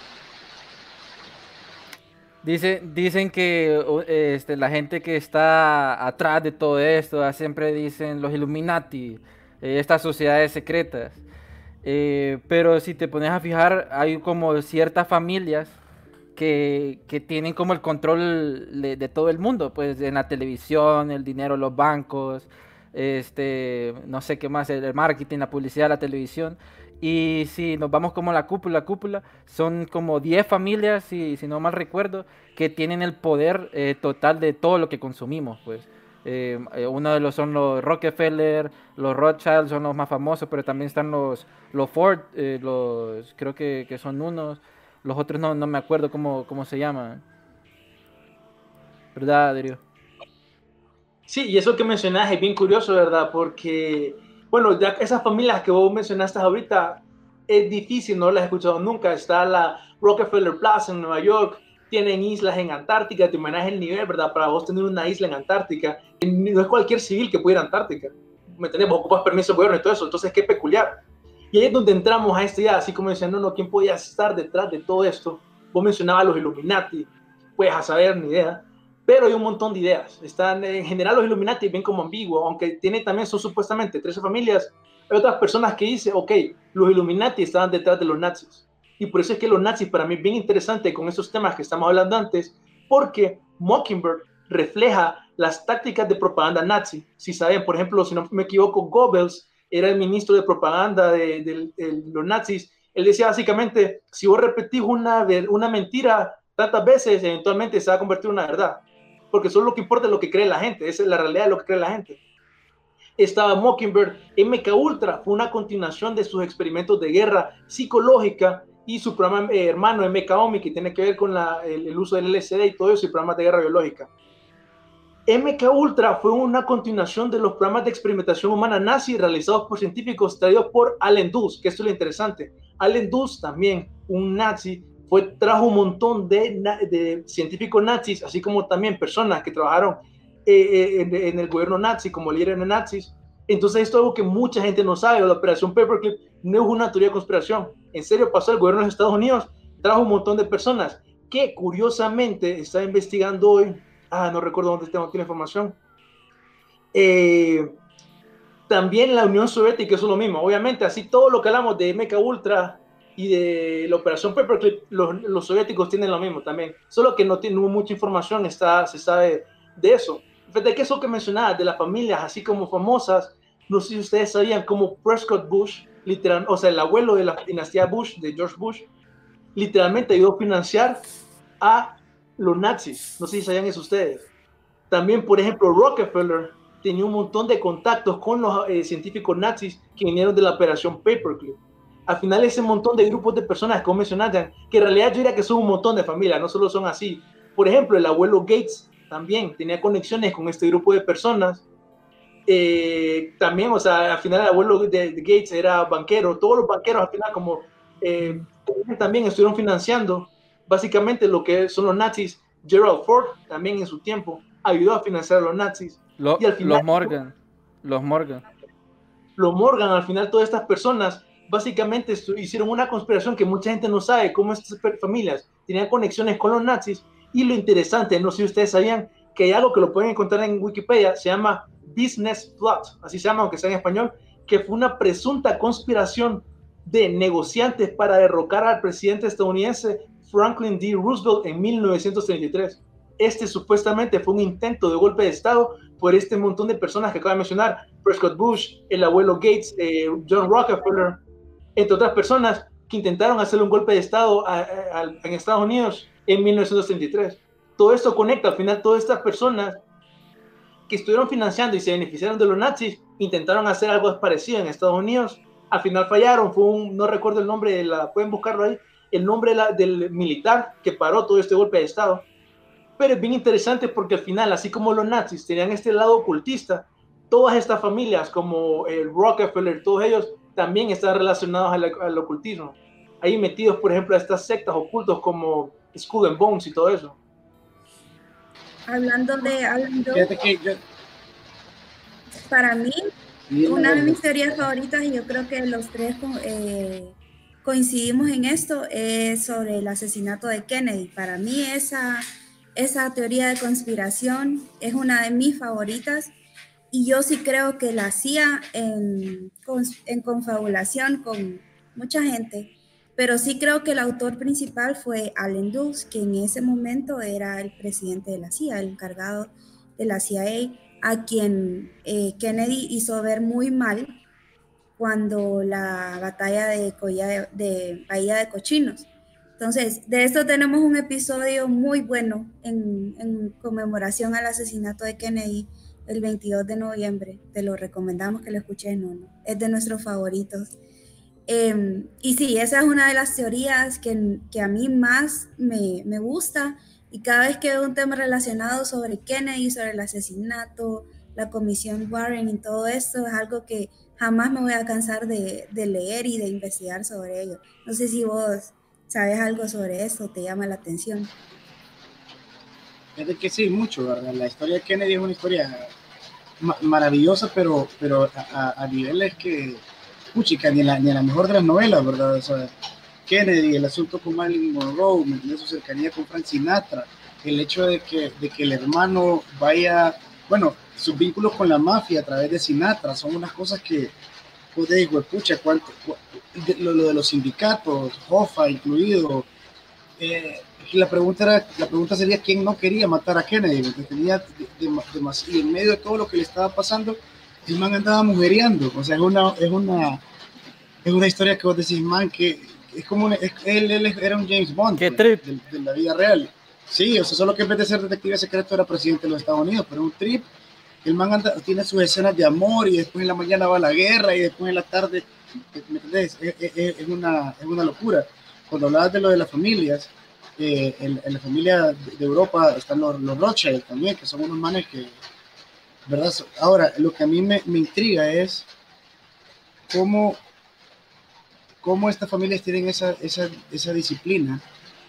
Dice, dicen que este, la gente que está atrás de todo esto, siempre dicen los Illuminati, eh, estas sociedades secretas. Eh, pero si te pones a fijar, hay como ciertas familias que, que tienen como el control de, de todo el mundo, pues en la televisión, el dinero, los bancos, este, no sé qué más, el marketing, la publicidad, la televisión. Y si nos vamos como a la cúpula, cúpula, son como diez familias, si, si no mal recuerdo, que tienen el poder eh, total de todo lo que consumimos, pues. Eh, uno de los son los Rockefeller, los Rothschild son los más famosos, pero también están los, los Ford, eh, los, creo que, que son unos, los otros no, no me acuerdo cómo, cómo se llaman. ¿Verdad, Adrio? Sí, y eso que mencionas es bien curioso, ¿verdad? Porque, bueno, ya esas familias que vos mencionaste ahorita, es difícil, no las he escuchado nunca. Está la Rockefeller Plaza en Nueva York, tienen islas en Antártica, te imaginas el nivel, ¿verdad? Para vos tener una isla en Antártica, no es cualquier civil que pueda ir a Antártica, ¿me entendés? Vos ocupas permiso del gobierno y todo eso, entonces qué peculiar. Y ahí es donde entramos a esta idea, así como diciendo, no, ¿quién podía estar detrás de todo esto? Vos mencionabas los Illuminati, pues a saber, ni idea, pero hay un montón de ideas. Están, en general los Illuminati bien como ambiguo, aunque tiene también, son supuestamente trece familias, hay otras personas que dicen, ok, los Illuminati estaban detrás de los nazis. Y por eso es que los nazis para mí es bien interesante con esos temas que estamos hablando antes, porque Mockingbird refleja las tácticas de propaganda nazi. Si saben, por ejemplo, si no me equivoco, Goebbels era el ministro de propaganda de, de, de los nazis. Él decía básicamente, si vos repetís una, una mentira tantas veces, eventualmente se va a convertir en una verdad. Porque solo lo que importa es lo que cree la gente, esa es la realidad de lo que cree la gente. Estaba Mockingbird, M K Ultra fue una continuación de sus experimentos de guerra psicológica y su programa eh, hermano M K Ultra, que tiene que ver con la, el, el uso del L S D y todo eso, y programas de guerra biológica. M K Ultra fue una continuación de los programas de experimentación humana nazi realizados por científicos traídos por Allen Dulles, que esto es lo interesante. Allen Dulles también, un nazi, fue, trajo un montón de, de científicos nazis, así como también personas que trabajaron eh, en, en el gobierno nazi como líderes nazis. Entonces esto es algo que mucha gente no sabe. La operación Paperclip no es una teoría de conspiración. En serio pasó, el gobierno de los Estados Unidos trajo un montón de personas que curiosamente está investigando hoy. Ah, no recuerdo dónde tengo aquí la información. Eh, también la Unión Soviética, eso es lo mismo. Obviamente, así todo lo que hablamos de M K Ultra y de la operación Paperclip, los, los soviéticos tienen lo mismo también. Solo que no tienen mucha información, está, se sabe de eso. Fíjate que eso que mencionaba de las familias, así como famosas, no sé si ustedes sabían cómo Prescott Bush, literal, o sea, el abuelo de la dinastía Bush, de George Bush, literalmente ayudó a financiar a los nazis. No sé si sabían eso ustedes. También, por ejemplo, Rockefeller tenía un montón de contactos con los eh, científicos nazis que vinieron de la operación Paperclip. Al final, ese montón de grupos de personas, como mencionaban, que en realidad yo diría que son un montón de familias, no solo son así. Por ejemplo, el abuelo Gates también tenía conexiones con este grupo de personas. Eh, también, o sea, al final el abuelo de, de Gates era banquero. Todos los banqueros al final como eh, también estuvieron financiando básicamente lo que son los nazis. Gerald Ford también en su tiempo ayudó a financiar a los nazis. Lo, y al final, los Morgan, los Morgan. Los Morgan, al final todas estas personas básicamente hicieron una conspiración que mucha gente no sabe cómo estas familias tenían conexiones con los nazis. Y lo interesante, no sé si ustedes sabían, que hay algo que lo pueden encontrar en Wikipedia, se llama Business Plot, así se llama, aunque sea en español, que fue una presunta conspiración de negociantes para derrocar al presidente estadounidense Franklin D. Roosevelt en mil novecientos treinta y tres. Este supuestamente fue un intento de golpe de Estado por este montón de personas que acabo de mencionar, Prescott Bush, el abuelo Gates, eh, John Rockefeller, entre otras personas que intentaron hacer un golpe de Estado a, a, a, en Estados Unidos en mil novecientos treinta y tres. Todo esto conecta, al final todas estas personas que estuvieron financiando y se beneficiaron de los nazis, intentaron hacer algo parecido en Estados Unidos, al final fallaron, fue un, no recuerdo el nombre, de la, pueden buscarlo ahí, el nombre de la, del militar que paró todo este golpe de Estado. Pero es bien interesante porque al final, así como los nazis tenían este lado ocultista, todas estas familias como el Rockefeller, todos ellos también están relacionados al, al ocultismo. Ahí metidos, por ejemplo, a estas sectas ocultos como Skull and Bones y todo eso. Hablando de... Hablando, que yo... Para mí, una de mis teorías favoritas, y yo creo que los tres eh, coincidimos en esto, es sobre el asesinato de Kennedy. Para mí esa, esa teoría de conspiración es una de mis favoritas, y yo sí creo que la hacía en, en confabulación con mucha gente, pero sí creo que el autor principal fue Allen Dulles, que en ese momento era el presidente de la C I A, el encargado de la C I A, a quien eh, Kennedy hizo ver muy mal cuando la batalla de, de, de Bahía de Cochinos. Entonces, de esto tenemos un episodio muy bueno en, en conmemoración al asesinato de Kennedy el veintidós de noviembre. Te lo recomendamos que lo escuches, no, no. Es de nuestros favoritos. Eh, y sí, esa es una de las teorías que, que a mí más me, me gusta, y cada vez que veo un tema relacionado sobre Kennedy, sobre el asesinato, la comisión Warren y todo esto, es algo que jamás me voy a cansar de, de leer y de investigar sobre ello. No sé si vos sabes algo sobre eso, te llama la atención. Es de que sí, mucho, ¿verdad? La historia de Kennedy es una historia ma- maravillosa, pero, pero a, a, a niveles que... Puchica, ni, la, ni la mejor de las novelas, ¿verdad? O sea, Kennedy, el asunto con Marilyn Monroe, ¿me entiendes? Su cercanía con Frank Sinatra, el hecho de que, de que el hermano vaya, bueno, sus vínculos con la mafia a través de Sinatra, son unas cosas que, pues, te digo, pucha, cuánto, lo, lo de los sindicatos, Hoffa incluido, eh, la pregunta era, la pregunta sería, ¿quién no quería matar a Kennedy? Porque tenía de, de, de, y en medio de todo lo que le estaba pasando, el man andaba mujeriando. O sea, es una, es una, es una historia que vos decís, man, que es como una, es, él, él era un James Bond, ¿Qué pues, trip? de, de la vida real. Sí, o sea, solo que en vez de ser detective secreto era presidente de los Estados Unidos, pero un trip. El man anda, tiene sus escenas de amor y después en la mañana va a la guerra y después en la tarde, ¿me entendés? Es, es, es, una, es una locura. Cuando hablabas de lo de las familias, eh, en, en la familia de Europa están los, los Rothschild también, que son unos manes que, ¿verdad? Ahora, lo que a mí me, me intriga es cómo, cómo estas familias tienen esa, esa, esa disciplina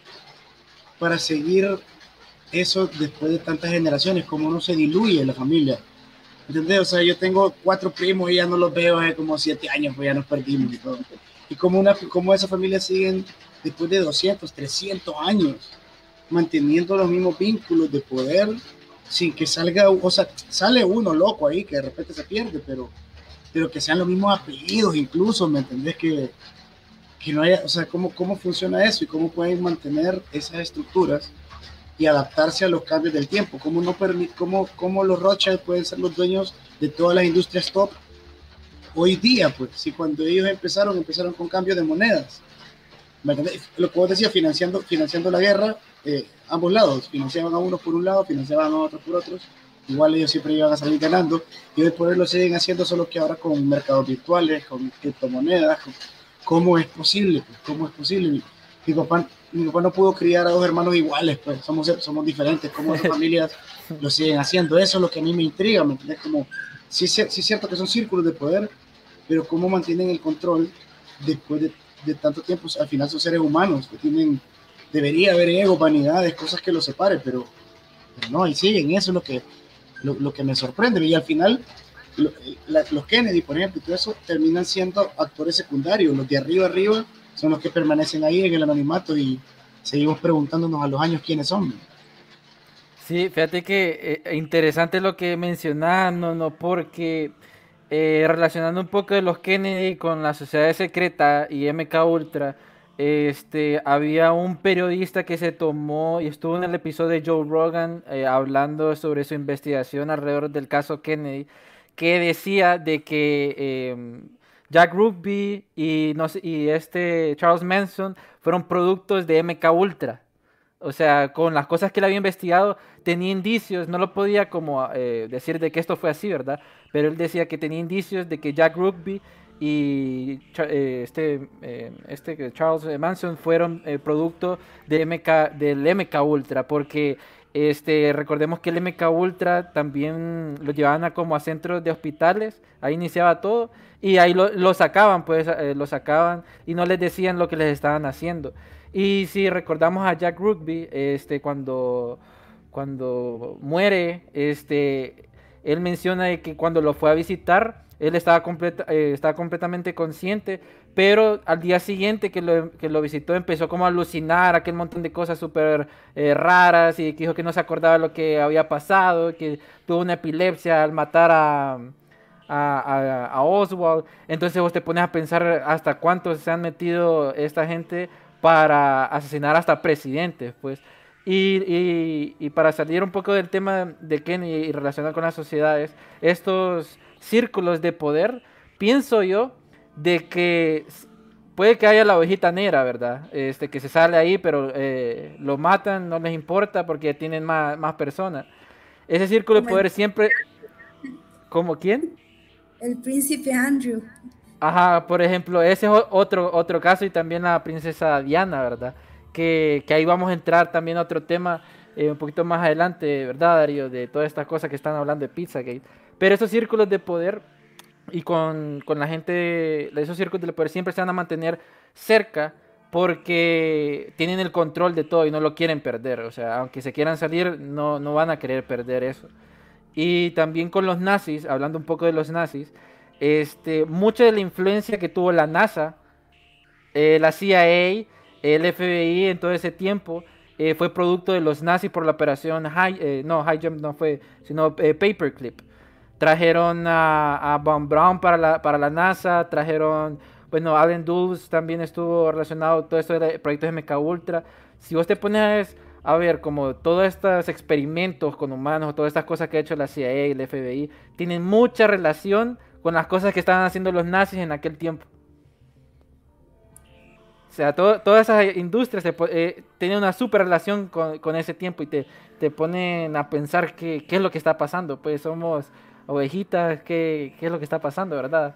para seguir eso después de tantas generaciones, cómo no se diluye la familia. ¿Entendés? O sea, yo tengo cuatro primos y ya no los veo hace como siete años, pues ya nos perdimos y todo. Y cómo, una, cómo esas familias siguen después de doscientos, trescientos años manteniendo los mismos vínculos de poder, sin que salga, o sea, sale uno loco ahí que de repente se pierde, pero, pero que sean los mismos apellidos incluso, ¿me entendés? Que, que no haya, o sea, ¿cómo, cómo funciona eso y cómo pueden mantener esas estructuras y adaptarse a los cambios del tiempo? ¿Cómo, no permit, cómo, cómo los Rothschild pueden ser los dueños de todas las industrias top hoy día? Pues si cuando ellos empezaron, empezaron con cambio de monedas, ¿me entendés? Lo que vos decías, financiando, financiando la guerra, Eh, ambos lados, financiaban a unos por un lado, financiaban a otros por otros, igual ellos siempre iban a salir ganando, y hoy por hoy lo siguen haciendo, solo que ahora con mercados virtuales, con criptomonedas. Con, ¿cómo es posible? Pues, ¿cómo es posible? Mi, mi, papá, mi papá no pudo criar a dos hermanos iguales, pues somos, somos diferentes, ¿cómo las familias lo siguen haciendo? Eso es lo que a mí me intriga, ¿me entiendes? Como, sí, sí es cierto que son círculos de poder, pero ¿cómo mantienen el control después de, de tanto tiempo? Al final son seres humanos que tienen... Debería haber ego, vanidades, cosas que los separen, pero, pero no, ahí siguen. Eso es lo que, lo, lo que me sorprende. Y al final, lo, la, los Kennedy, por ejemplo, y todo eso, terminan siendo actores secundarios. Los de arriba arriba son los que permanecen ahí en el anonimato y seguimos preguntándonos a los años quiénes son. Sí, fíjate que eh, interesante lo que mencionas, no, no, porque eh, relacionando un poco de los Kennedy con la Sociedad Secreta y M K Ultra, este, había un periodista que se tomó y estuvo en el episodio de Joe Rogan eh, hablando sobre su investigación alrededor del caso Kennedy, que decía de que eh, Jack Ruby y, no sé, y este Charles Manson fueron productos de M K Ultra. O sea, con las cosas que él había investigado, tenía indicios, no lo podía como eh, decir de que esto fue así, ¿verdad? Pero él decía que tenía indicios de que Jack Ruby y eh, este, eh, este Charles Manson fueron eh, producto de M K, del M K Ultra, porque este, recordemos que el M K Ultra también lo llevaban a como a centros de hospitales, ahí iniciaba todo, y ahí lo, lo sacaban, pues eh, lo sacaban y no les decían lo que les estaban haciendo. Y si recordamos a Jack Ruby, este, cuando, cuando muere, este, él menciona de que cuando lo fue a visitar, él estaba, completa, eh, estaba completamente consciente, pero al día siguiente que lo, que lo visitó empezó como a alucinar aquel montón de cosas súper eh, raras y que dijo que no se acordaba de lo que había pasado, que tuvo una epilepsia al matar a, a, a, a Oswald. Entonces vos te pones a pensar hasta cuántos se han metido esta gente para asesinar hasta presidentes, pues. Y, y, y para salir un poco del tema de Kennedy y relacionar con las sociedades, estos círculos de poder, pienso yo, de que puede que haya la ovejita negra, ¿verdad? Este, que se sale ahí, pero eh, lo matan, no les importa porque tienen más, más personas. Ese círculo de poder siempre... ¿Cómo quién? El príncipe Andrew. Ajá, por ejemplo, ese es otro, otro caso, y también la princesa Diana, ¿verdad? Que, que ahí vamos a entrar también a otro tema eh, un poquito más adelante, ¿verdad, Darío? De todas estas cosas que están hablando de Pizzagate. Pero esos círculos de poder y con, con la gente, esos círculos de poder siempre se van a mantener cerca porque tienen el control de todo y no lo quieren perder. O sea, aunque se quieran salir, no, no van a querer perder eso. Y también con los nazis, hablando un poco de los nazis, este, mucha de la influencia que tuvo la NASA, eh, la C I A, el F B I en todo ese tiempo, eh, fue producto de los nazis por la operación High, eh, no, High Jump no fue, sino eh, Paperclip. Trajeron a, a Von Braun para la, para la NASA, trajeron, bueno, Allen Dulles también estuvo relacionado, todo esto de proyectos de M K Ultra. Si vos te pones a ver como todos estos experimentos con humanos, todas estas cosas que ha hecho la C I A y el F B I, tienen mucha relación con las cosas que estaban haciendo los nazis en aquel tiempo. O sea, todo, todas esas industrias se, eh, tienen una super relación con, con ese tiempo y te, te ponen a pensar qué, qué es lo que está pasando. Pues somos ovejitas, qué, qué es lo que está pasando, ¿verdad?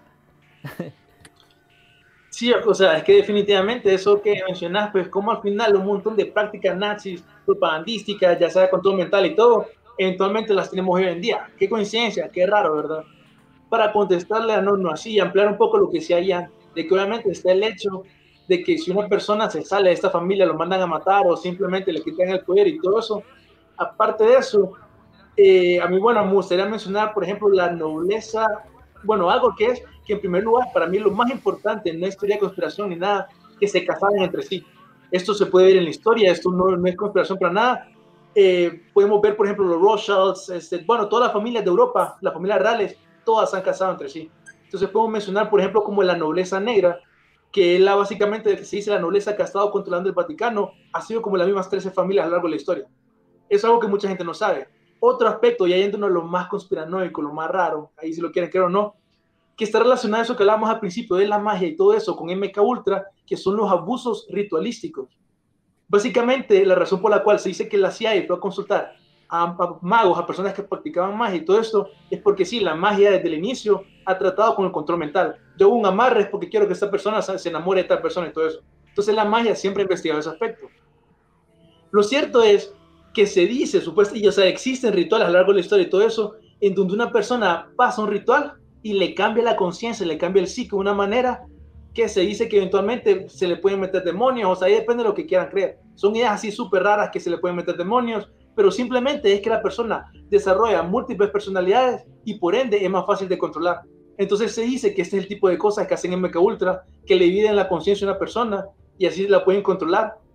Sí, o sea, es que definitivamente eso que mencionas, pues como al final un montón de prácticas nazis, propagandísticas, ya sea control mental y todo, eventualmente las tenemos hoy en día. Qué coincidencia, qué raro, ¿verdad? Para contestarle a Nono así y ampliar un poco lo que decía Ian, de que obviamente está el hecho de que si una persona se sale de esta familia, lo mandan a matar o simplemente le quitan el poder y todo eso. Aparte de eso, eh, a mí, bueno, me gustaría mencionar, por ejemplo, la nobleza, bueno, algo que es que en primer lugar, para mí lo más importante, no es teoría de conspiración ni nada, que se casaban entre sí. Esto se puede ver en la historia, esto no, no es conspiración para nada. Eh, podemos ver, por ejemplo, los Rothschilds, este, bueno, todas las familias de Europa, las familias reales, todas se han casado entre sí. Entonces podemos mencionar, por ejemplo, como la nobleza negra, que es la, básicamente que se dice la nobleza que ha estado controlando el Vaticano, ha sido como las mismas trece familias a lo largo de la historia. Es algo que mucha gente no sabe. Otro aspecto, y ahí entra uno de los más conspiranoicos, lo más raro, ahí si lo quieren creer o no, que está relacionado a eso que hablábamos al principio de la magia y todo eso con M K Ultra, que son los abusos ritualísticos. Básicamente, la razón por la cual se dice que la C I A fue a consultar a, a magos, a personas que practicaban magia y todo esto, es porque sí, la magia desde el inicio ha tratado con el control mental. Yo hago un amarre porque quiero que esta persona se enamore de esta persona y todo eso. Entonces la magia siempre ha investigado ese aspecto. Lo cierto es que se dice, supuestamente, o sea, existen rituales a lo largo de la historia y todo eso, en donde una persona pasa un ritual y le cambia la conciencia, le cambia el psique de una manera que se dice que eventualmente se le pueden meter demonios, o sea, ahí depende de lo que quieran creer. Son ideas así súper raras que se le pueden meter demonios, pero simplemente es que la persona desarrolla múltiples personalidades y por ende es más fácil de controlar. Entonces se dice que este es el tipo de cosas que hacen en M K Ultra, que le dividen la conciencia a una persona y así la pueden controlar.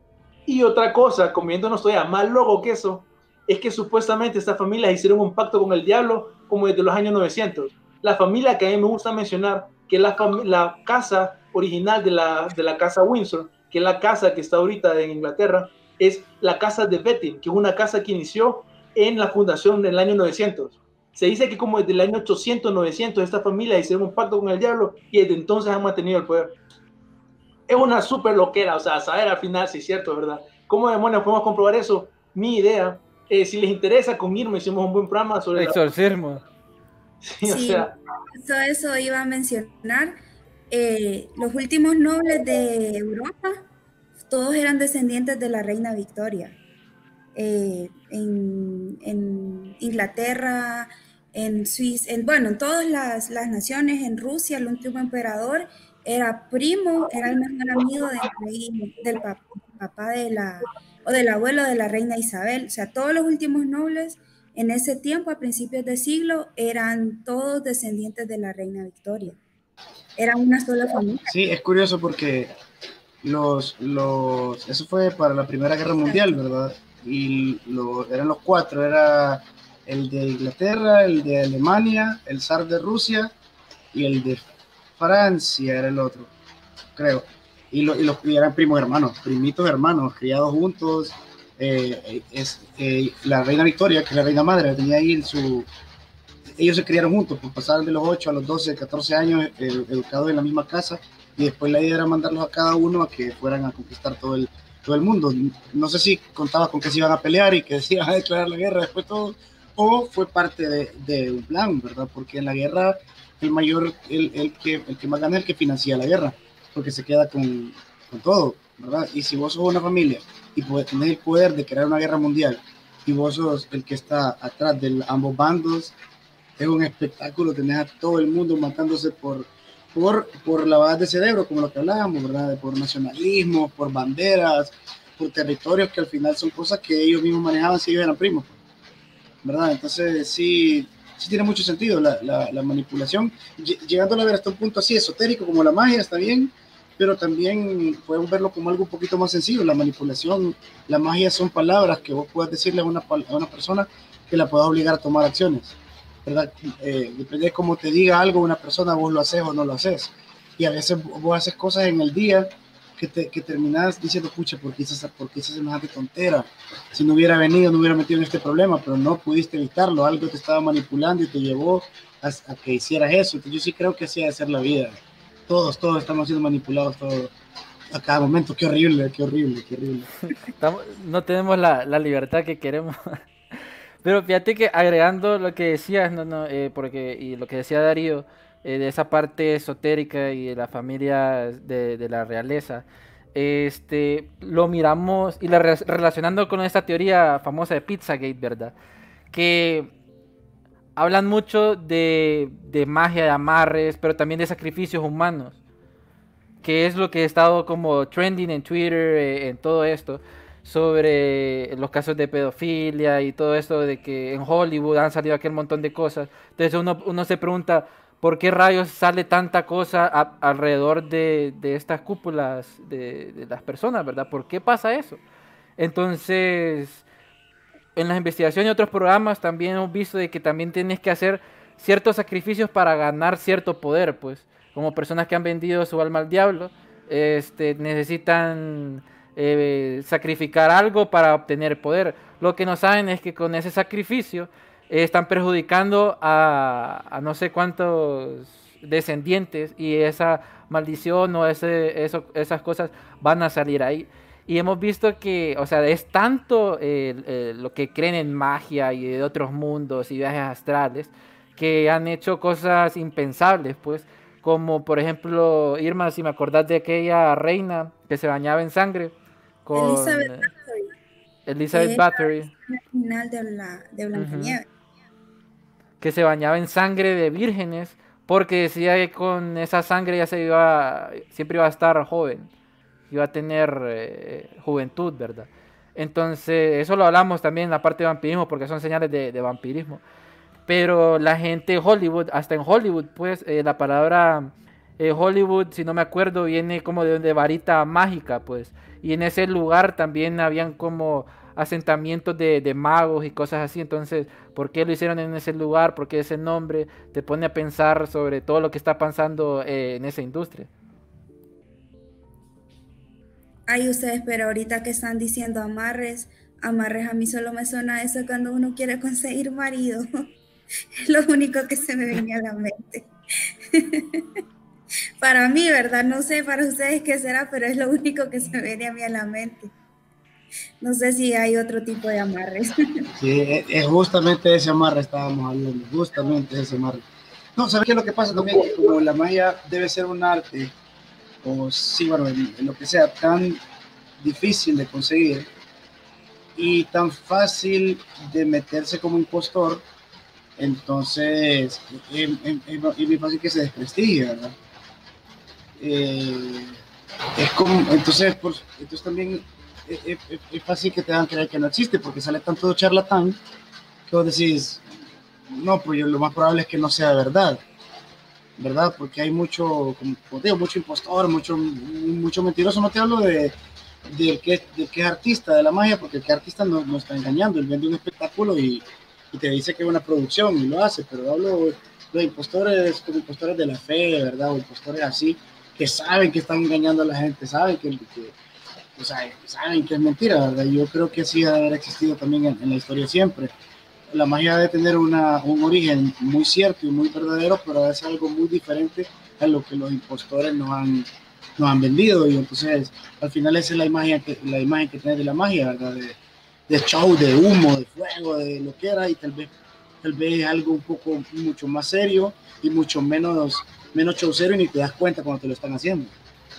Y otra cosa, comiéndonos todavía más loco que eso, es que supuestamente estas familias hicieron un pacto con el diablo como desde los años novecientos. La familia que a mí me gusta mencionar, que es la, la casa original de la, de la casa Windsor, que es la casa que está ahorita en Inglaterra, es la casa de Betty, que es una casa que inició en la fundación del año novecientos. Se dice que como desde el año ochocientos, novecientos, esta familia hicieron un pacto con el diablo y desde entonces han mantenido el poder. Es una súper loquera, o sea, saber al final si es cierto, ¿verdad? ¿Cómo demonios podemos comprobar eso? Mi idea, eh, si les interesa, con Irma hicimos un buen programa sobre exorcismo. La... Sí, sí, o sea... Eso, eso iba a mencionar. Eh, los últimos nobles de Europa, todos eran descendientes de la reina Victoria. Eh, en, en Inglaterra, en Suiza, en, bueno, en todas las, las naciones, en Rusia, el último emperador era primo, era el mejor amigo del, rey, del papá, papá de la, o del abuelo de la reina Isabel. O sea, todos los últimos nobles en ese tiempo, a principios de siglo, eran todos descendientes de la reina Victoria. Eran una sola familia. Sí, es curioso porque los, los, eso fue para la Primera Guerra Mundial, ¿verdad? Y lo, eran los cuatro, era el de Inglaterra, el de Alemania, el zar de Rusia y el de Francia era el otro, creo. Y, lo, y, los, y eran primos hermanos, primitos hermanos, criados juntos. Eh, es, eh, la reina Victoria, que es la reina madre, tenía ahí su... Ellos se criaron juntos, pues pasaron de los ocho a los doce, catorce años eh, educados en la misma casa, y después la idea era mandarlos a cada uno a que fueran a conquistar todo el, todo el mundo. No sé si contaba con que se iban a pelear y que se iban a declarar la guerra después todo, o fue parte de, de un plan, ¿verdad? Porque en la guerra el mayor, el, el, que, el que más gana es el que financia la guerra, porque se queda con, con todo, ¿verdad? Y si vos sos una familia y tenés el poder de crear una guerra mundial, y vos sos el que está atrás de ambos bandos, es un espectáculo, tenés a todo el mundo matándose por, por, por lavadas de cerebro, como lo que hablábamos, ¿verdad? Por nacionalismo, por banderas, por territorios que al final son cosas que ellos mismos manejaban si ellos eran primos, ¿verdad? Entonces sí, sí tiene mucho sentido la, la, la manipulación, llegando a ver hasta un punto así esotérico como la magia, está bien, pero también podemos verlo como algo un poquito más sencillo. La manipulación, la magia son palabras que vos puedas decirle a una, a una persona que la puedas obligar a tomar acciones, ¿verdad? Eh, depende de cómo te diga algo una persona, vos lo haces o no lo haces. Y a veces vos haces cosas en el día que, te, que terminás diciendo, pucha, ¿por qué hice, por qué hice semejante tontera? Si no hubiera venido, no hubiera metido en este problema, pero no pudiste evitarlo. Algo te estaba manipulando y te llevó a, a que hicieras eso. Entonces yo sí creo que así ha de ser la vida. Todos, todos estamos siendo manipulados todo, a cada momento. Qué horrible, qué horrible, qué horrible. Estamos, no tenemos la, la libertad que queremos. Pero fíjate que agregando lo que decías, no, no, eh, porque, y lo que decía Darío, eh, de esa parte esotérica y de la familia de, de la realeza, este, lo miramos y la re relacionando con esta teoría famosa de Pizzagate, ¿verdad? Que hablan mucho de, de magia, de amarres, pero también de sacrificios humanos, que es lo que ha estado como trending en Twitter, eh, en todo esto, sobre los casos de pedofilia y todo esto de que en Hollywood han salido aquel montón de cosas. Entonces uno, uno se pregunta, ¿por qué rayos sale tanta cosa a, alrededor de, de estas cúpulas de, de las personas, verdad? ¿Por qué pasa eso? Entonces, en las investigaciones y otros programas también hemos visto de que también tienes que hacer ciertos sacrificios para ganar cierto poder, pues, como personas que han vendido su alma al diablo, este, necesitan eh, sacrificar algo para obtener poder. Lo que no saben es que con ese sacrificio eh, están perjudicando a, a no sé cuántos descendientes y esa maldición o ese, eso, esas cosas van a salir ahí. Y hemos visto que, o sea, es tanto eh, eh, lo que creen en magia y de otros mundos y viajes astrales que han hecho cosas impensables, pues, como por ejemplo, Irma, si me acordás de aquella reina que se bañaba en sangre con Elizabeth Bathory. Elizabeth Bathory. La final de, la, de Blancanieves. Uh-huh. Que se bañaba en sangre de vírgenes porque decía que con esa sangre ya se iba, siempre iba a estar joven, iba a tener eh, juventud, ¿verdad? Entonces, eso lo hablamos también en la parte de vampirismo porque son señales de, de vampirismo. Pero la gente de Hollywood, hasta en Hollywood, pues, eh, la palabra eh, Hollywood, si no me acuerdo, viene como de, de varita mágica, pues. Y en ese lugar también habían como asentamientos de, de magos y cosas así. Entonces, ¿por qué lo hicieron en ese lugar? ¿Por qué ese nombre? Te pone a pensar sobre todo lo que está pasando eh, en esa industria. Ay, ustedes, pero ahorita que están diciendo amarres, amarres a mí solo me suena eso cuando uno quiere conseguir marido. Es lo único que se me viene a la mente. Para mí, ¿verdad? No sé para ustedes qué será, pero es lo único que se me viene a mí a la mente. No sé si hay otro tipo de amarres. Sí, es justamente ese amarre estábamos hablando, justamente ese amarre. No, ¿sabes qué es lo que pasa también? Que como la magia debe ser un arte, o sí, bueno, en, en lo que sea, tan difícil de conseguir y tan fácil de meterse como impostor, entonces es, es, es muy fácil que se desprestigie, ¿verdad? Eh, es como, entonces, por, entonces también es, es, es fácil que te hagan creer que no existe, porque sale tanto charlatán que vos decís, no, pues yo, lo más probable es que no sea verdad, ¿verdad? Porque hay mucho, como digo, mucho impostor, mucho, mucho mentiroso. No te hablo de, de, que, de que es artista de la magia, porque el que es artista no, no está engañando, él vende un espectáculo y, y te dice que es una producción y lo hace, pero hablo de impostores como impostores de la fe, ¿verdad? O impostores así, que saben que están engañando a la gente, saben que, que, o sea, saben que es mentira, ¿verdad? Yo creo que así debe haber existido también en, en la historia siempre. La magia debe tener una, un origen muy cierto y muy verdadero, pero debe ser algo muy diferente a lo que los impostores nos han, nos han vendido. Y entonces, al final, esa es la imagen que, la imagen que tiene de la magia, ¿verdad? De, de show, de humo, de fuego, de lo que era, y tal vez, tal vez algo un poco mucho más serio y mucho menos, menos showcero, y ni te das cuenta cuando te lo están haciendo.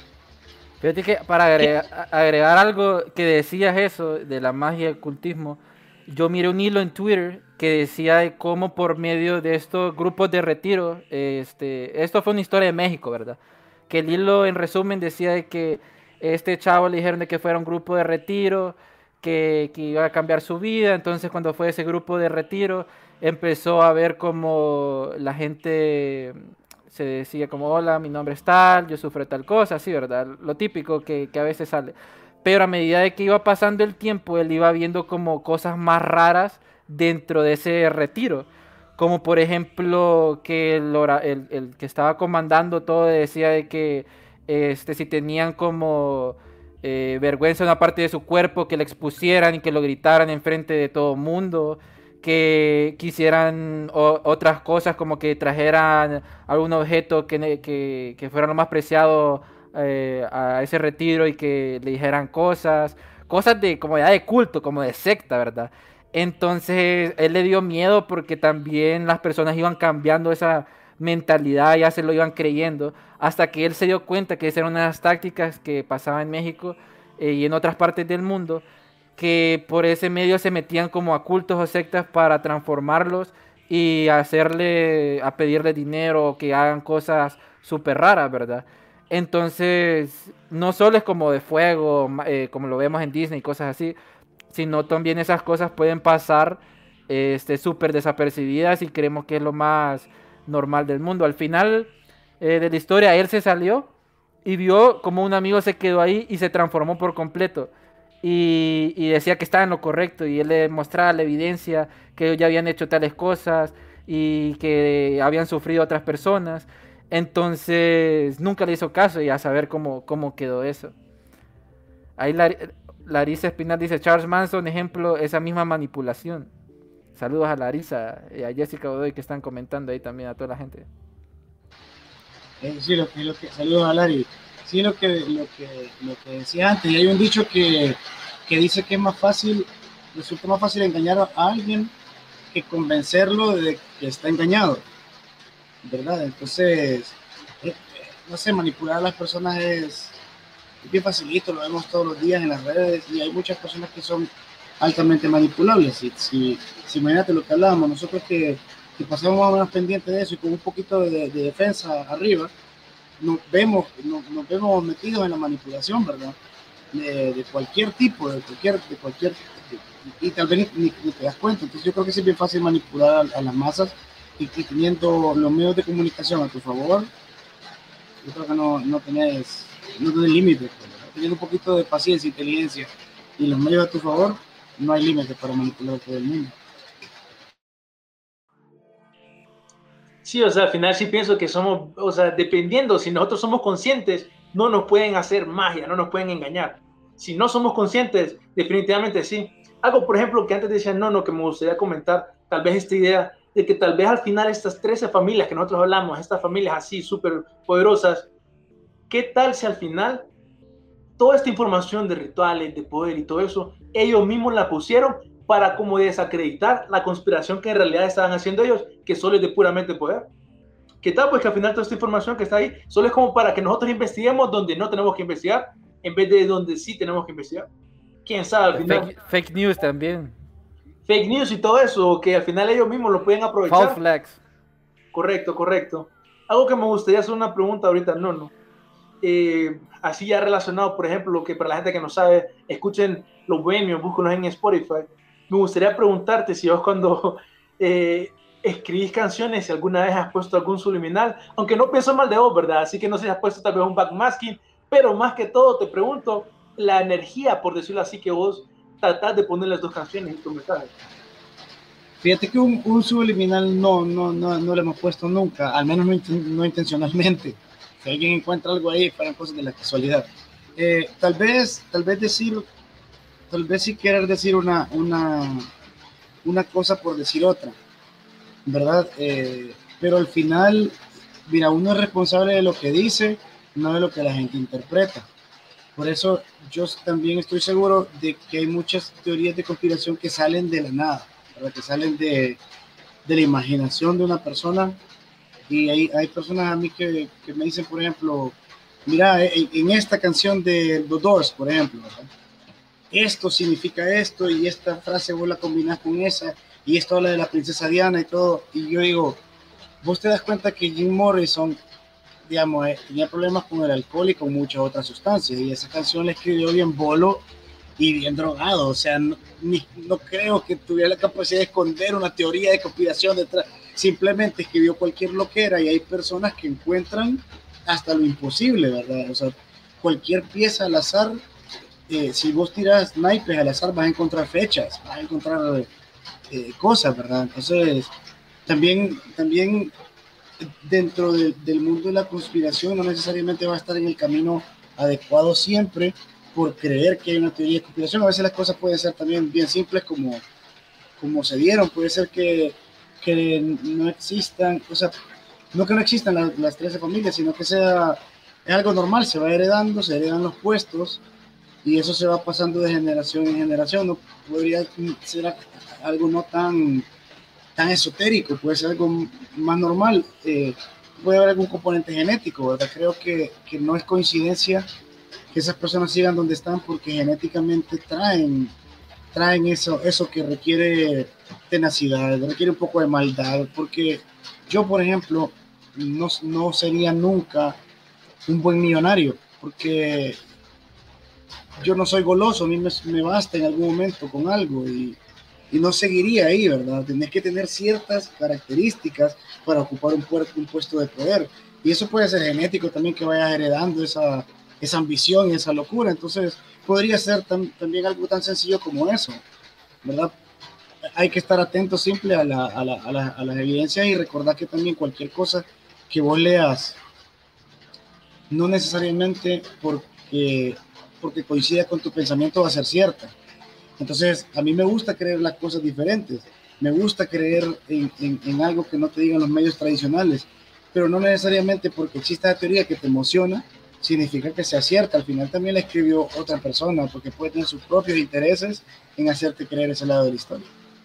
Fíjate que para agregar, agregar algo que decías eso de la magia y el ocultismo, yo miré un hilo en Twitter que decía de cómo por medio de estos grupos de retiro, este, esto fue una historia de México, ¿verdad? Que el hilo en resumen decía de que este chavo le dijeron de que fuera un grupo de retiro, que, que iba a cambiar su vida. Entonces cuando fue ese grupo de retiro empezó a ver como la gente se decía como, hola, mi nombre es tal, yo sufro tal cosa, así, ¿verdad? Lo típico que, que a veces sale. Pero a medida de que iba pasando el tiempo, él iba viendo como cosas más raras dentro de ese retiro. Como por ejemplo que el, el, el que estaba comandando todo decía de que este, si tenían como eh, vergüenza en una parte de su cuerpo, que le expusieran y que lo gritaran enfrente de todo el mundo. Que quisieran o, otras cosas, como que trajeran algún objeto que, que, que fuera lo más preciado eh, a ese retiro y que le dijeran cosas, cosas de como ya de culto, como de secta, ¿verdad? Entonces él le dio miedo porque también las personas iban cambiando esa mentalidad, ya se lo iban creyendo, hasta que él se dio cuenta que esas eran unas tácticas que pasaban en México eh, y en otras partes del mundo, que por ese medio se metían como a cultos o sectas para transformarlos y hacerle, a pedirle dinero o que hagan cosas súper raras, ¿verdad? Entonces, no solo es como de fuego, eh, como lo vemos en Disney y cosas así, sino también esas cosas pueden pasar este, súper desapercibidas y creemos que es lo más normal del mundo. Al final eh, de la historia, él se salió y vio como un amigo se quedó ahí y se transformó por completo. Y, y decía que estaba en lo correcto y él le mostraba la evidencia que ellos ya habían hecho tales cosas y que habían sufrido otras personas. Entonces nunca le hizo caso y a saber cómo, cómo quedó eso. Ahí Lar Larisa Espinal dice, Charles Manson, ejemplo, esa misma manipulación. Saludos a Larisa y a Jessica Godoy que están comentando ahí también, a toda la gente. Eh, sí, lo, lo que, saludos a Larry. Sí, lo que, lo que, lo que decía antes, y hay un dicho que, que dice que es más fácil, resulta más fácil engañar a alguien que convencerlo de que está engañado, ¿verdad? Entonces, eh, no sé, manipular a las personas es, es bien facilito, lo vemos todos los días en las redes, y hay muchas personas que son altamente manipulables. Si, si, si imagínate lo que hablábamos, nosotros que, que pasamos más o menos pendientes de eso y con un poquito de, de defensa arriba, nos vemos, nos, nos vemos metidos en la manipulación, ¿verdad? De, de cualquier tipo, de cualquier, de cualquier, de, y tal vez ni, ni te das cuenta. Entonces yo creo que es bien fácil manipular a, a las masas y, y teniendo los medios de comunicación a tu favor, yo creo que no, no tenés, no tenés límites. Teniendo un poquito de paciencia, inteligencia y los medios a tu favor, no hay límites para manipular todo el mundo. Sí, o sea, al final sí pienso que somos, o sea, dependiendo, si nosotros somos conscientes, no nos pueden hacer magia, no nos pueden engañar. Si no somos conscientes, definitivamente sí. Algo, por ejemplo, que antes decía no, no, que me gustaría comentar, tal vez esta idea de que tal vez al final estas trece familias que nosotros hablamos, estas familias así súper poderosas, ¿qué tal si al final toda esta información de rituales, de poder y todo eso, ellos mismos la pusieron para como desacreditar la conspiración que en realidad estaban haciendo ellos, que solo es de puramente poder? ¿Qué tal? Pues que al final toda esta información que está ahí solo es como para que nosotros investiguemos donde no tenemos que investigar, en vez de donde sí tenemos que investigar. ¿Quién sabe al final? Fake, fake news también. Fake news y todo eso, que al final ellos mismos lo pueden aprovechar. False flags. Correcto, correcto. Algo que me gustaría hacer una pregunta ahorita, no, no. Eh, así ya relacionado, por ejemplo, que para la gente que no sabe, escuchen Los Bohemios, búsquenos en Spotify. Me gustaría preguntarte si vos cuando eh, escribís canciones, si alguna vez has puesto algún subliminal, aunque no pienso mal de vos, ¿verdad? Así que no sé si has puesto tal vez un backmasking, pero más que todo te pregunto la energía, por decirlo así, que vos tratás de ponerle a tus canciones y tus mensajes. Fíjate que un, un subliminal no, no, no, no lo hemos puesto nunca, al menos no, no intencionalmente. Si alguien encuentra algo ahí, fueron cosas de la casualidad. Eh, tal vez, tal vez decir, tal vez sí querer decir una, una, una cosa por decir otra, ¿verdad? Eh, pero al final, mira, uno es responsable de lo que dice, no de lo que la gente interpreta. Por eso yo también estoy seguro de que hay muchas teorías de conspiración que salen de la nada, ¿verdad? Que salen de, de la imaginación de una persona. Y hay, hay personas a mí que, que me dicen, por ejemplo, mira, en, en esta canción de The Doors, por ejemplo, ¿verdad? Esto significa esto y esta frase vos la combinás con esa y esto habla de la princesa Diana y todo. Y yo digo, vos te das cuenta que Jim Morrison, digamos, eh, tenía problemas con el alcohol y con muchas otras sustancias, y esa canción la escribió bien bolo y bien drogado. O sea, no, ni, no creo que tuviera la capacidad de esconder una teoría de conspiración detrás. Simplemente escribió cualquier loquera, y hay personas que encuentran hasta lo imposible, ¿verdad? O sea, cualquier pieza al azar, eh, si vos tiras naipes al azar vas a encontrar fechas, vas a encontrar eh, cosas, ¿verdad? Entonces, también, también dentro de, del mundo de la conspiración no necesariamente va a estar en el camino adecuado siempre por creer que hay una teoría de conspiración. A veces las cosas pueden ser también bien simples como, como se dieron. Puede ser que, que no existan, o sea, no que no existan las, las trece familias, sino que sea es algo normal, se va heredando, se heredan los puestos y eso se va pasando de generación en generación. No podría ser algo no tan tan esotérico, puede ser algo más normal, eh, puede haber algún componente genético, ¿verdad? Creo que, que no es coincidencia que esas personas sigan donde están, porque genéticamente traen, traen eso, eso que requiere tenacidad, requiere un poco de maldad, porque yo, por ejemplo, no, no sería nunca un buen millonario, porque yo no soy goloso, a mí me, me basta en algún momento con algo, y y no seguiría ahí, ¿verdad? Tenés que tener ciertas características para ocupar un, un puesto de poder. Y eso puede ser genético también, que vayas heredando esa, esa ambición y esa locura. Entonces, podría ser tam, también algo tan sencillo como eso, ¿verdad? Hay que estar atento siempre a, la, a, la, a, la, a las evidencias y recordar que también cualquier cosa que vos leas, no necesariamente porque, porque coincida con tu pensamiento va a ser cierta. Entonces, a mí me gusta creer las cosas diferentes, me gusta creer en, en, en algo que no te digan los medios tradicionales, pero no necesariamente porque exista la teoría que te emociona, significa que sea cierta. Al final también la escribió otra persona, porque puede tener sus propios intereses en hacerte creer ese lado de la historia.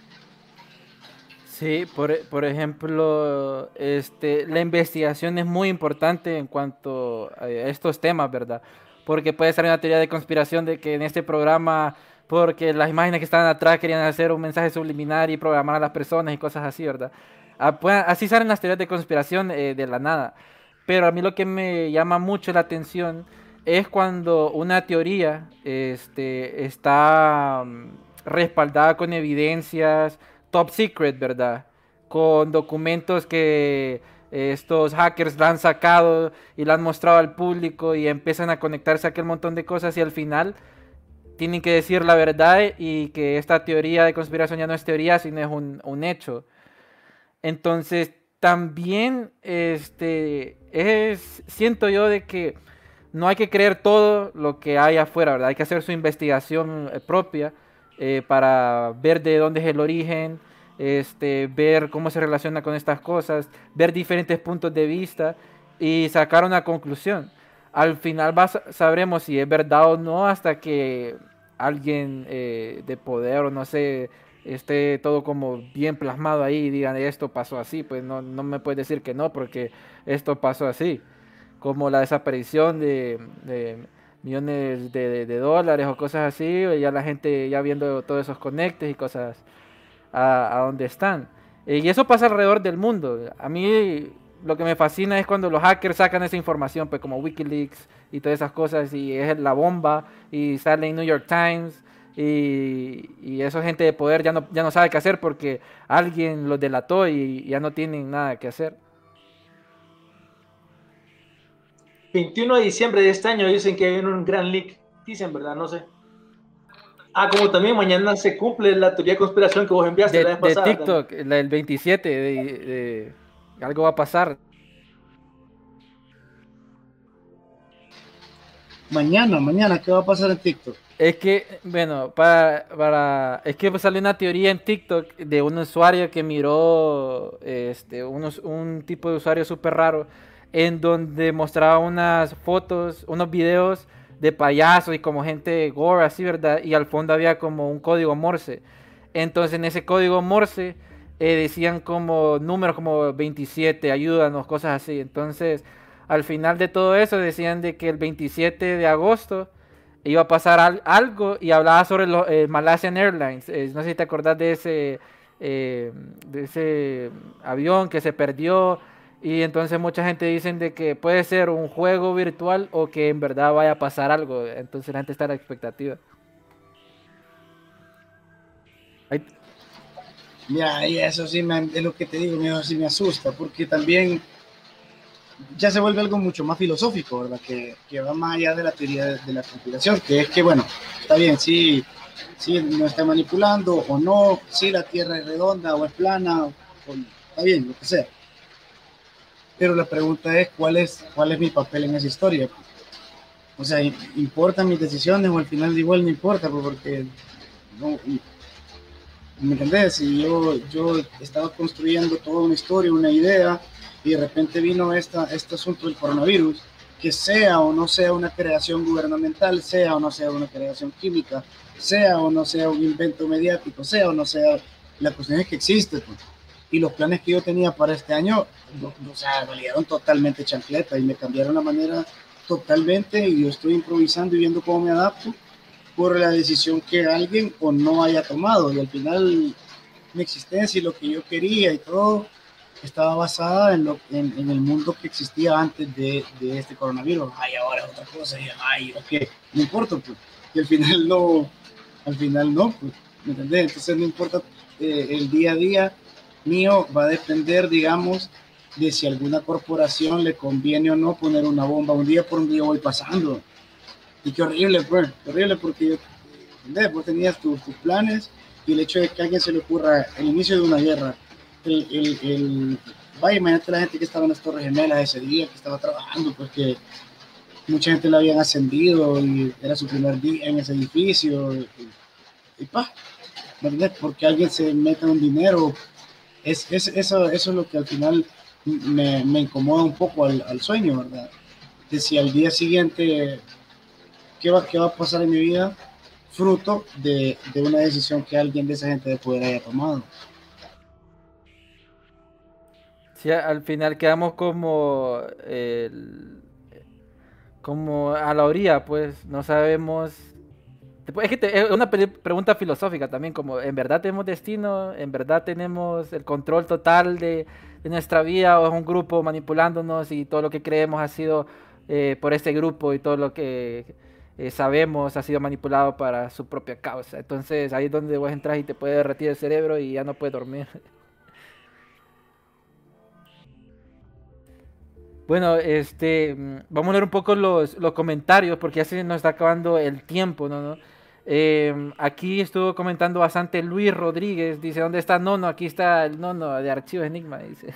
Sí, por, por ejemplo, este, la investigación es muy importante en cuanto a estos temas, ¿verdad? Porque puede ser una teoría de conspiración de que en este programa, porque las imágenes que estaban atrás querían hacer un mensaje subliminal y programar a las personas y cosas así, ¿verdad? Ah, pues, así salen las teorías de conspiración eh, de la nada. Pero a mí lo que me llama mucho la atención es cuando una teoría este, está um, respaldada con evidencias top secret, ¿verdad? Con documentos que estos hackers la han sacado y la han mostrado al público y empiezan a conectarse a aquel montón de cosas y al final tienen que decir la verdad y que esta teoría de conspiración ya no es teoría, sino es un, un hecho. Entonces, también este, es, siento yo de que no hay que creer todo lo que hay afuera, ¿verdad? Hay que hacer su investigación eh, propia eh, para ver de dónde es el origen, este, ver cómo se relaciona con estas cosas, ver diferentes puntos de vista y sacar una conclusión. Al final vas, sabremos si es verdad o no hasta que alguien eh, de poder o no sé esté todo como bien plasmado ahí y digan esto pasó así. Pues no, no me puedes decir que no porque esto pasó así, como la desaparición de, de millones de, de, de dólares o cosas así, ya la gente ya viendo todos esos conectes y cosas a, a dónde están. Eh, y eso pasa alrededor del mundo. A mí lo que me fascina es cuando los hackers sacan esa información, pues como WikiLeaks y todas esas cosas, y es la bomba, y sale en New York Times, y, y esa gente de poder ya no, ya no sabe qué hacer porque alguien los delató y ya no tienen nada que hacer. veintiuno de diciembre de este año dicen que viene un gran leak. Dicen, ¿verdad? No sé. Ah, como también mañana se cumple la teoría de conspiración que vos enviaste De, la vez de pasada. TikTok, la del veintisiete, de, de, algo va a pasar. Mañana, mañana, ¿qué va a pasar en TikTok? Es que, bueno, para, para, es que salió una teoría en TikTok de un usuario que miró, este, unos, un tipo de usuario súper raro, en donde mostraba unas fotos, unos videos de payasos y como gente gore, así, ¿verdad? Y al fondo había como un código Morse. Entonces en ese código Morse eh, decían como números como veintisiete, ayúdanos, cosas así. Entonces, al final de todo eso decían de que el veintisiete de agosto iba a pasar al, algo y hablaba sobre los eh, Malaysian Airlines. Eh, no sé si te acordás de ese, eh, de ese avión que se perdió. Y entonces mucha gente dicen de que puede ser un juego virtual o que en verdad vaya a pasar algo. Entonces la gente está a la expectativa. Ahí... Ya, y eso sí me, es lo que te digo, eso sí me asusta, porque también ya se vuelve algo mucho más filosófico, ¿verdad? Que, que va más allá de la teoría de, de la conspiración, que es que, bueno, está bien, sí, sí nos está manipulando o no, sí la Tierra es redonda o es plana, o, está bien, lo que sea. Pero la pregunta es, ¿cuál es, cuál es mi papel en esa historia? O sea, ¿importan mis decisiones o al final igual no importa? Porque, no, ¿me entendés? Si yo, yo estaba construyendo toda una historia, una idea, y de repente vino esta, este asunto del coronavirus, que sea o no sea una creación gubernamental, sea o no sea una creación química, sea o no sea un invento mediático, sea o no sea, la cuestión es que existe, pues. Y los planes que yo tenía para este año, o sea, valieron totalmente chancleta y me cambiaron la manera totalmente y yo estoy improvisando y viendo cómo me adapto por la decisión que alguien o no haya tomado. Y al final mi existencia y lo que yo quería y todo estaba basada en, lo, en, en el mundo que existía antes de, de este coronavirus. Ay, ahora es otra cosa. Y, ay, ok, no importa, pues. Y al final no, al final no, pues, ¿me entendés? Entonces no importa eh, el día a día mío va a depender, digamos, de si a alguna corporación le conviene o no poner una bomba. Un día por un día voy pasando. Y qué horrible, pues, qué horrible porque ¿entendés? Vos tenías tus, tus planes y el hecho de que a alguien se le ocurra el inicio de una guerra, el, el, el, vaya, imagínate la gente que estaba en las Torres Gemelas ese día, que estaba trabajando, pues que mucha gente la habían ascendido y era su primer día en ese edificio y, y pa, ¿entendés? Porque alguien se mete un dinero. Es, es, eso, eso es lo que al final me, me incomoda un poco al, al sueño, ¿verdad? De si al día siguiente, ¿qué va, qué va a pasar en mi vida? Fruto de, de una decisión que alguien de esa gente de poder haya tomado. Sí, al final quedamos como, el, como a la orilla, pues no sabemos. Es que te, es una pregunta filosófica también, como ¿en verdad tenemos destino? ¿En verdad tenemos el control total de, de nuestra vida? ¿O es un grupo manipulándonos y todo lo que creemos ha sido eh, por este grupo y todo lo que eh, sabemos ha sido manipulado para su propia causa? Entonces ahí es donde vos entras y te puede derretir el cerebro y ya no puedes dormir. Bueno, este, mm, vamos a leer un poco los, los comentarios porque ya se nos está acabando el tiempo, ¿no? ¿no? Eh, aquí estuvo comentando bastante Luis Rodríguez, dice, ¿dónde está Nono? Aquí está el Nono de Archivos Enigma, dice.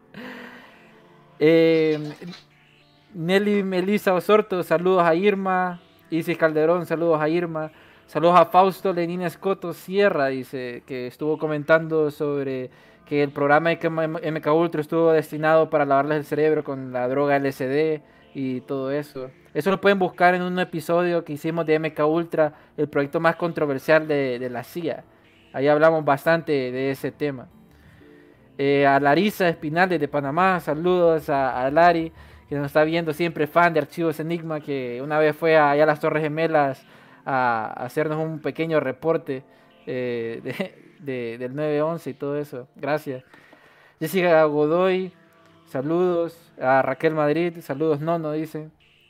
eh, Nelly Melissa Osorto, saludos a Irma. Isis Calderón, saludos a Irma. Saludos a Fausto Lenín Escoto Sierra, dice, que estuvo comentando sobre que el programa de M K Ultra estuvo destinado para lavarles el cerebro con la droga L S D y todo eso. Eso lo pueden buscar en un episodio que hicimos de M K Ultra, el proyecto más controversial de, de la C I A. Ahí hablamos bastante de ese tema. Eh, a Larisa Espinal de Panamá, saludos a, a Lari, que nos está viendo siempre, fan de Archivos Enigma, que una vez fue allá a las Torres Gemelas a, a hacernos un pequeño reporte eh, de, de, del nueve once y todo eso. Gracias. Jessica Godoy, saludos. A Raquel Madrid, saludos Nono, dice.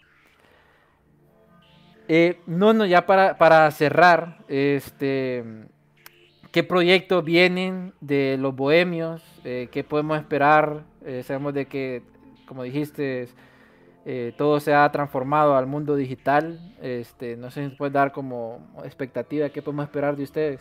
Eh, Nono, ya para, para cerrar, este, ¿qué proyectos vienen de los bohemios? Eh, ¿Qué podemos esperar? Eh, sabemos de que, como dijiste, eh, todo se ha transformado al mundo digital. Este, no sé si puedes dar como expectativa, ¿qué podemos esperar de ustedes?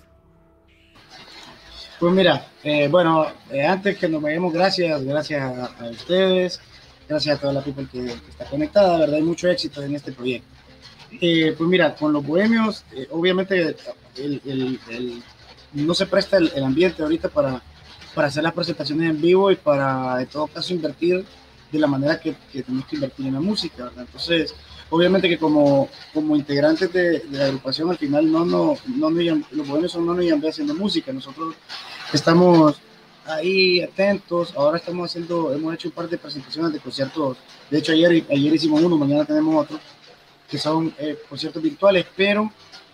Pues mira, eh, bueno, eh, antes que nos vayamos, gracias, gracias a, a ustedes, gracias a toda la people que, que está conectada, ¿verdad? Hay mucho éxito en este proyecto. Eh, pues mira, con los bohemios, eh, obviamente el, el, el, no se presta el, el ambiente ahorita para, para hacer las presentaciones en vivo y para, en todo caso, invertir de la manera que, que tenemos que invertir en la música, ¿verdad? Entonces, obviamente que como, como integrantes de, de la agrupación, al final no, no, no, no los bohemios son Nono y Yambé haciendo música. Nosotros estamos ahí atentos. Ahora estamos haciendo, hemos hecho un par de presentaciones de conciertos. De hecho, ayer, ayer hicimos uno, mañana tenemos otro, que son eh, conciertos virtuales, pero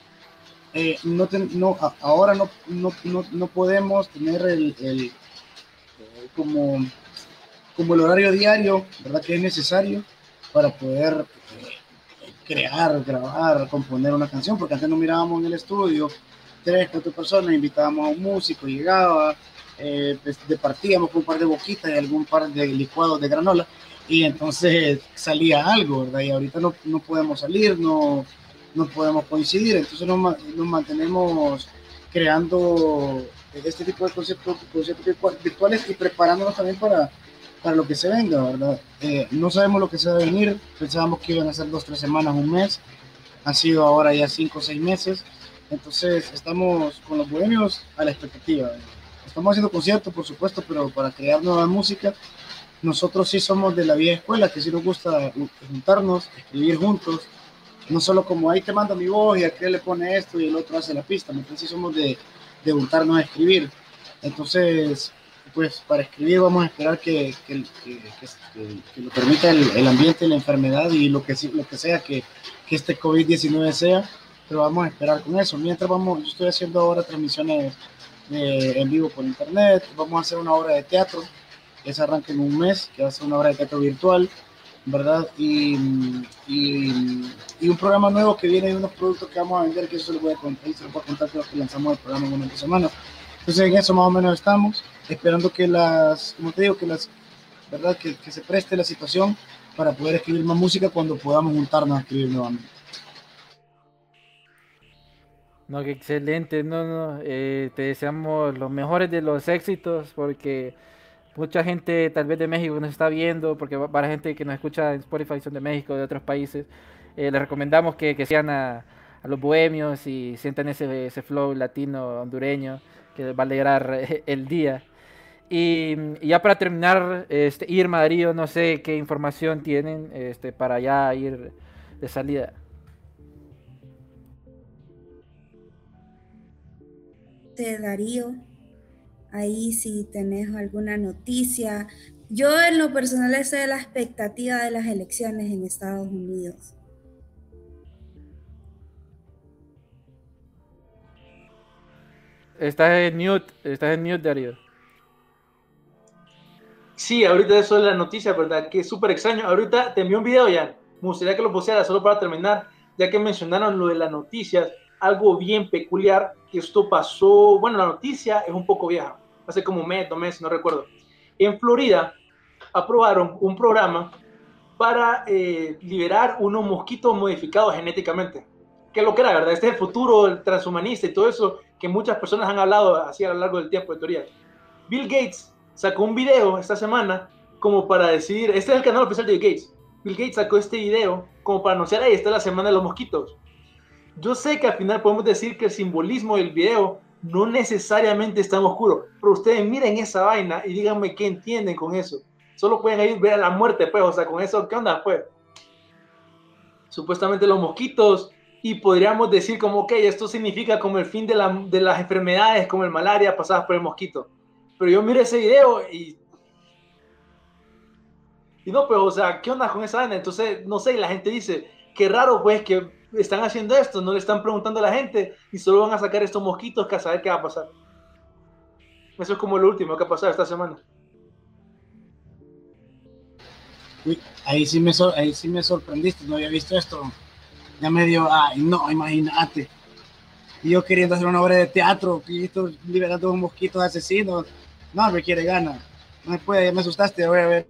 eh, no, ten, no ahora no, no, no, no podemos tener el, el eh, como, como el horario diario, ¿verdad? Que es necesario para poder eh, crear, grabar, componer una canción, porque antes nos mirábamos en el estudio, tres, cuatro personas, invitábamos a un músico, llegaba, eh, pues, departíamos con un par de boquitas y algún par de licuados de granola, y entonces salía algo, ¿verdad? Y ahorita no, no podemos salir, no, no podemos coincidir, entonces nos, nos mantenemos creando este tipo de conceptos, conceptos virtuales y preparándonos también para, para lo que se venga, ¿verdad? Eh, no sabemos lo que se va a venir, pensábamos que iban a ser dos, tres semanas, un mes, han sido ahora ya cinco o seis meses, entonces estamos con los bohemios a la expectativa. Estamos haciendo conciertos, por supuesto, pero para crear nueva música. Nosotros sí somos de la vieja escuela, que sí nos gusta juntarnos, escribir juntos, no solo como ahí te mando mi voz y aquel le pone esto y el otro hace la pista, entonces sí somos de, de juntarnos a escribir. Entonces, pues para escribir vamos a esperar que, que, que, que, que lo permita el, el ambiente, la enfermedad y lo que, lo que sea que, que este COVID diecinueve sea, pero vamos a esperar con eso. Mientras vamos, yo estoy haciendo ahora transmisiones de, en vivo por internet, vamos a hacer una obra de teatro, esa arranca en un mes, que va a ser una obra de teatro virtual, ¿verdad? Y, y, y un programa nuevo que viene de unos productos que vamos a vender, que eso se lo voy a contar, se lo voy a contar que que lanzamos el programa en una semana. Entonces en eso más o menos estamos, esperando que las, como te digo, que las, ¿verdad? Que, que se preste la situación para poder escribir más música cuando podamos juntarnos a escribir nuevamente. No, qué excelente, no, no, eh, te deseamos los mejores de los éxitos porque mucha gente tal vez de México nos está viendo, porque para gente que nos escucha en Spotify son de México, de otros países, eh, les recomendamos que, que sigan a, a los bohemios y sientan ese, ese flow latino, hondureño, que les va a alegrar el día. Y, y ya para terminar, este, Irma, Darío, no sé qué información tienen este, para ya ir de salida. De Darío, ahí si tenés alguna noticia. Yo en lo personal estoy a la expectativa de las elecciones en Estados Unidos. Estás en mute, estás en mute, Darío. Sí, ahorita eso es la noticia, ¿verdad? Que es súper extraño. Ahorita te envié un video ya. Me gustaría que lo pusiera solo para terminar, ya que mencionaron lo de las noticias. Algo bien peculiar, que esto pasó, bueno, la noticia es un poco vieja, hace como un mes, dos meses, no recuerdo. En Florida aprobaron un programa para eh, liberar unos mosquitos modificados genéticamente. Que lo que era, ¿verdad? Este es el futuro el transhumanista y todo eso que muchas personas han hablado así a lo largo del tiempo de teoría. Bill Gates sacó un video esta semana como para decir, este es el canal oficial de Bill Gates. Bill Gates sacó este video como para anunciar, ahí está la semana de los mosquitos. Yo sé que al final podemos decir que el simbolismo del video no necesariamente es tan oscuro, pero ustedes miren esa vaina y díganme qué entienden con eso. Solo pueden ir ver a la muerte, pues, o sea, con eso, ¿qué onda, pues? Supuestamente los mosquitos, y podríamos decir como, ok, esto significa como el fin de, la, de las enfermedades, como el malaria, pasadas por el mosquito. Pero yo miré ese video y... Y no, pues, o sea, ¿qué onda con esa vaina? Entonces, no sé, la gente dice, qué raro, pues, que están haciendo esto, no le están preguntando a la gente y solo van a sacar estos mosquitos que a saber qué va a pasar. Eso es como lo último que ha pasado esta semana. Uy, ahí sí me, sor ahí sí me sorprendiste, no había visto esto. Ya me dio, ay, no, imagínate. Y yo queriendo hacer una obra de teatro, y esto liberando unos mosquitos asesinos. No, me quiere ganar. No me puede, ya me asustaste, voy a ver.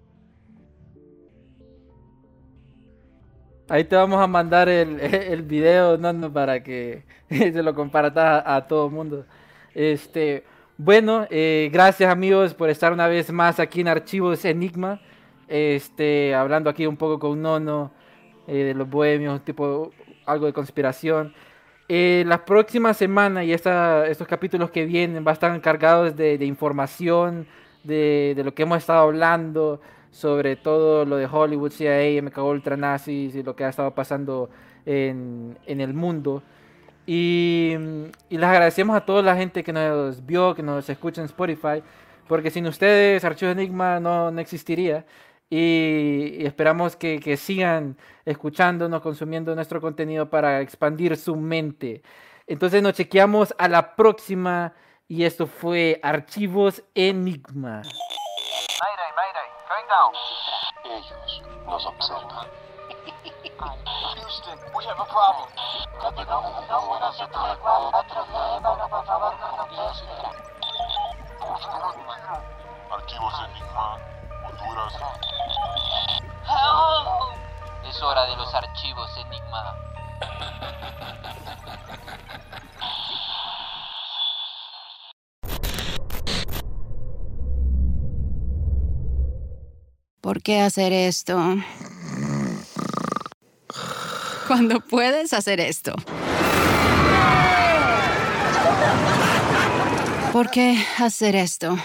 Ahí te vamos a mandar el, el video, no, no, para que se lo compartas a, a todo el mundo. Este, bueno, eh, gracias amigos por estar una vez más aquí en Archivos Enigma. Este, hablando aquí un poco con Nono, eh, de los bohemios, tipo algo de conspiración. Eh, la próxima semana y esta, estos capítulos que vienen van a estar cargados de, de información, de, de lo que hemos estado hablando, sobre todo lo de Hollywood, C I A, M K Ultra, nazis y lo que ha estado pasando en, en el mundo. Y, y les agradecemos a toda la gente que nos vio, que nos escucha en Spotify, porque sin ustedes Archivos Enigma no, no existiría. Y, y esperamos que, que sigan escuchándonos, consumiendo nuestro contenido para expandir su mente. Entonces nos chequeamos a la próxima y esto fue Archivos Enigma. Mayday, mayday, going down. Ellos nos observan. Houston, we have a problem. Archivos Enigma, Honduras. Es hora de los archivos Enigma. ¿Por qué hacer esto? Cuando puedes hacer esto. ¿Por qué hacer esto?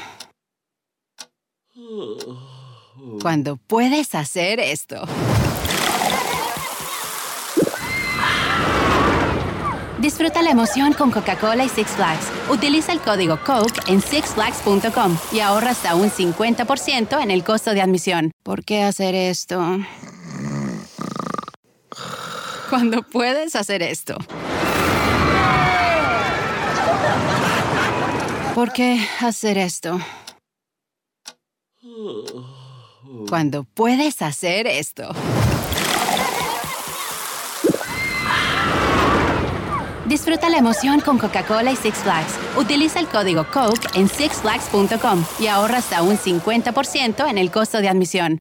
Cuando puedes hacer esto. Disfruta la emoción con Coca-Cola y Six Flags. Utiliza el código Coke en six flags punto com y ahorra hasta un cincuenta por ciento en el costo de admisión. ¿Por qué hacer esto? Cuando puedes hacer esto. ¿Por qué hacer esto? Cuando puedes hacer esto. Disfruta la emoción con Coca-Cola y Six Flags. Utiliza el código Coke en six flags punto com y ahorra hasta un cincuenta por ciento en el costo de admisión.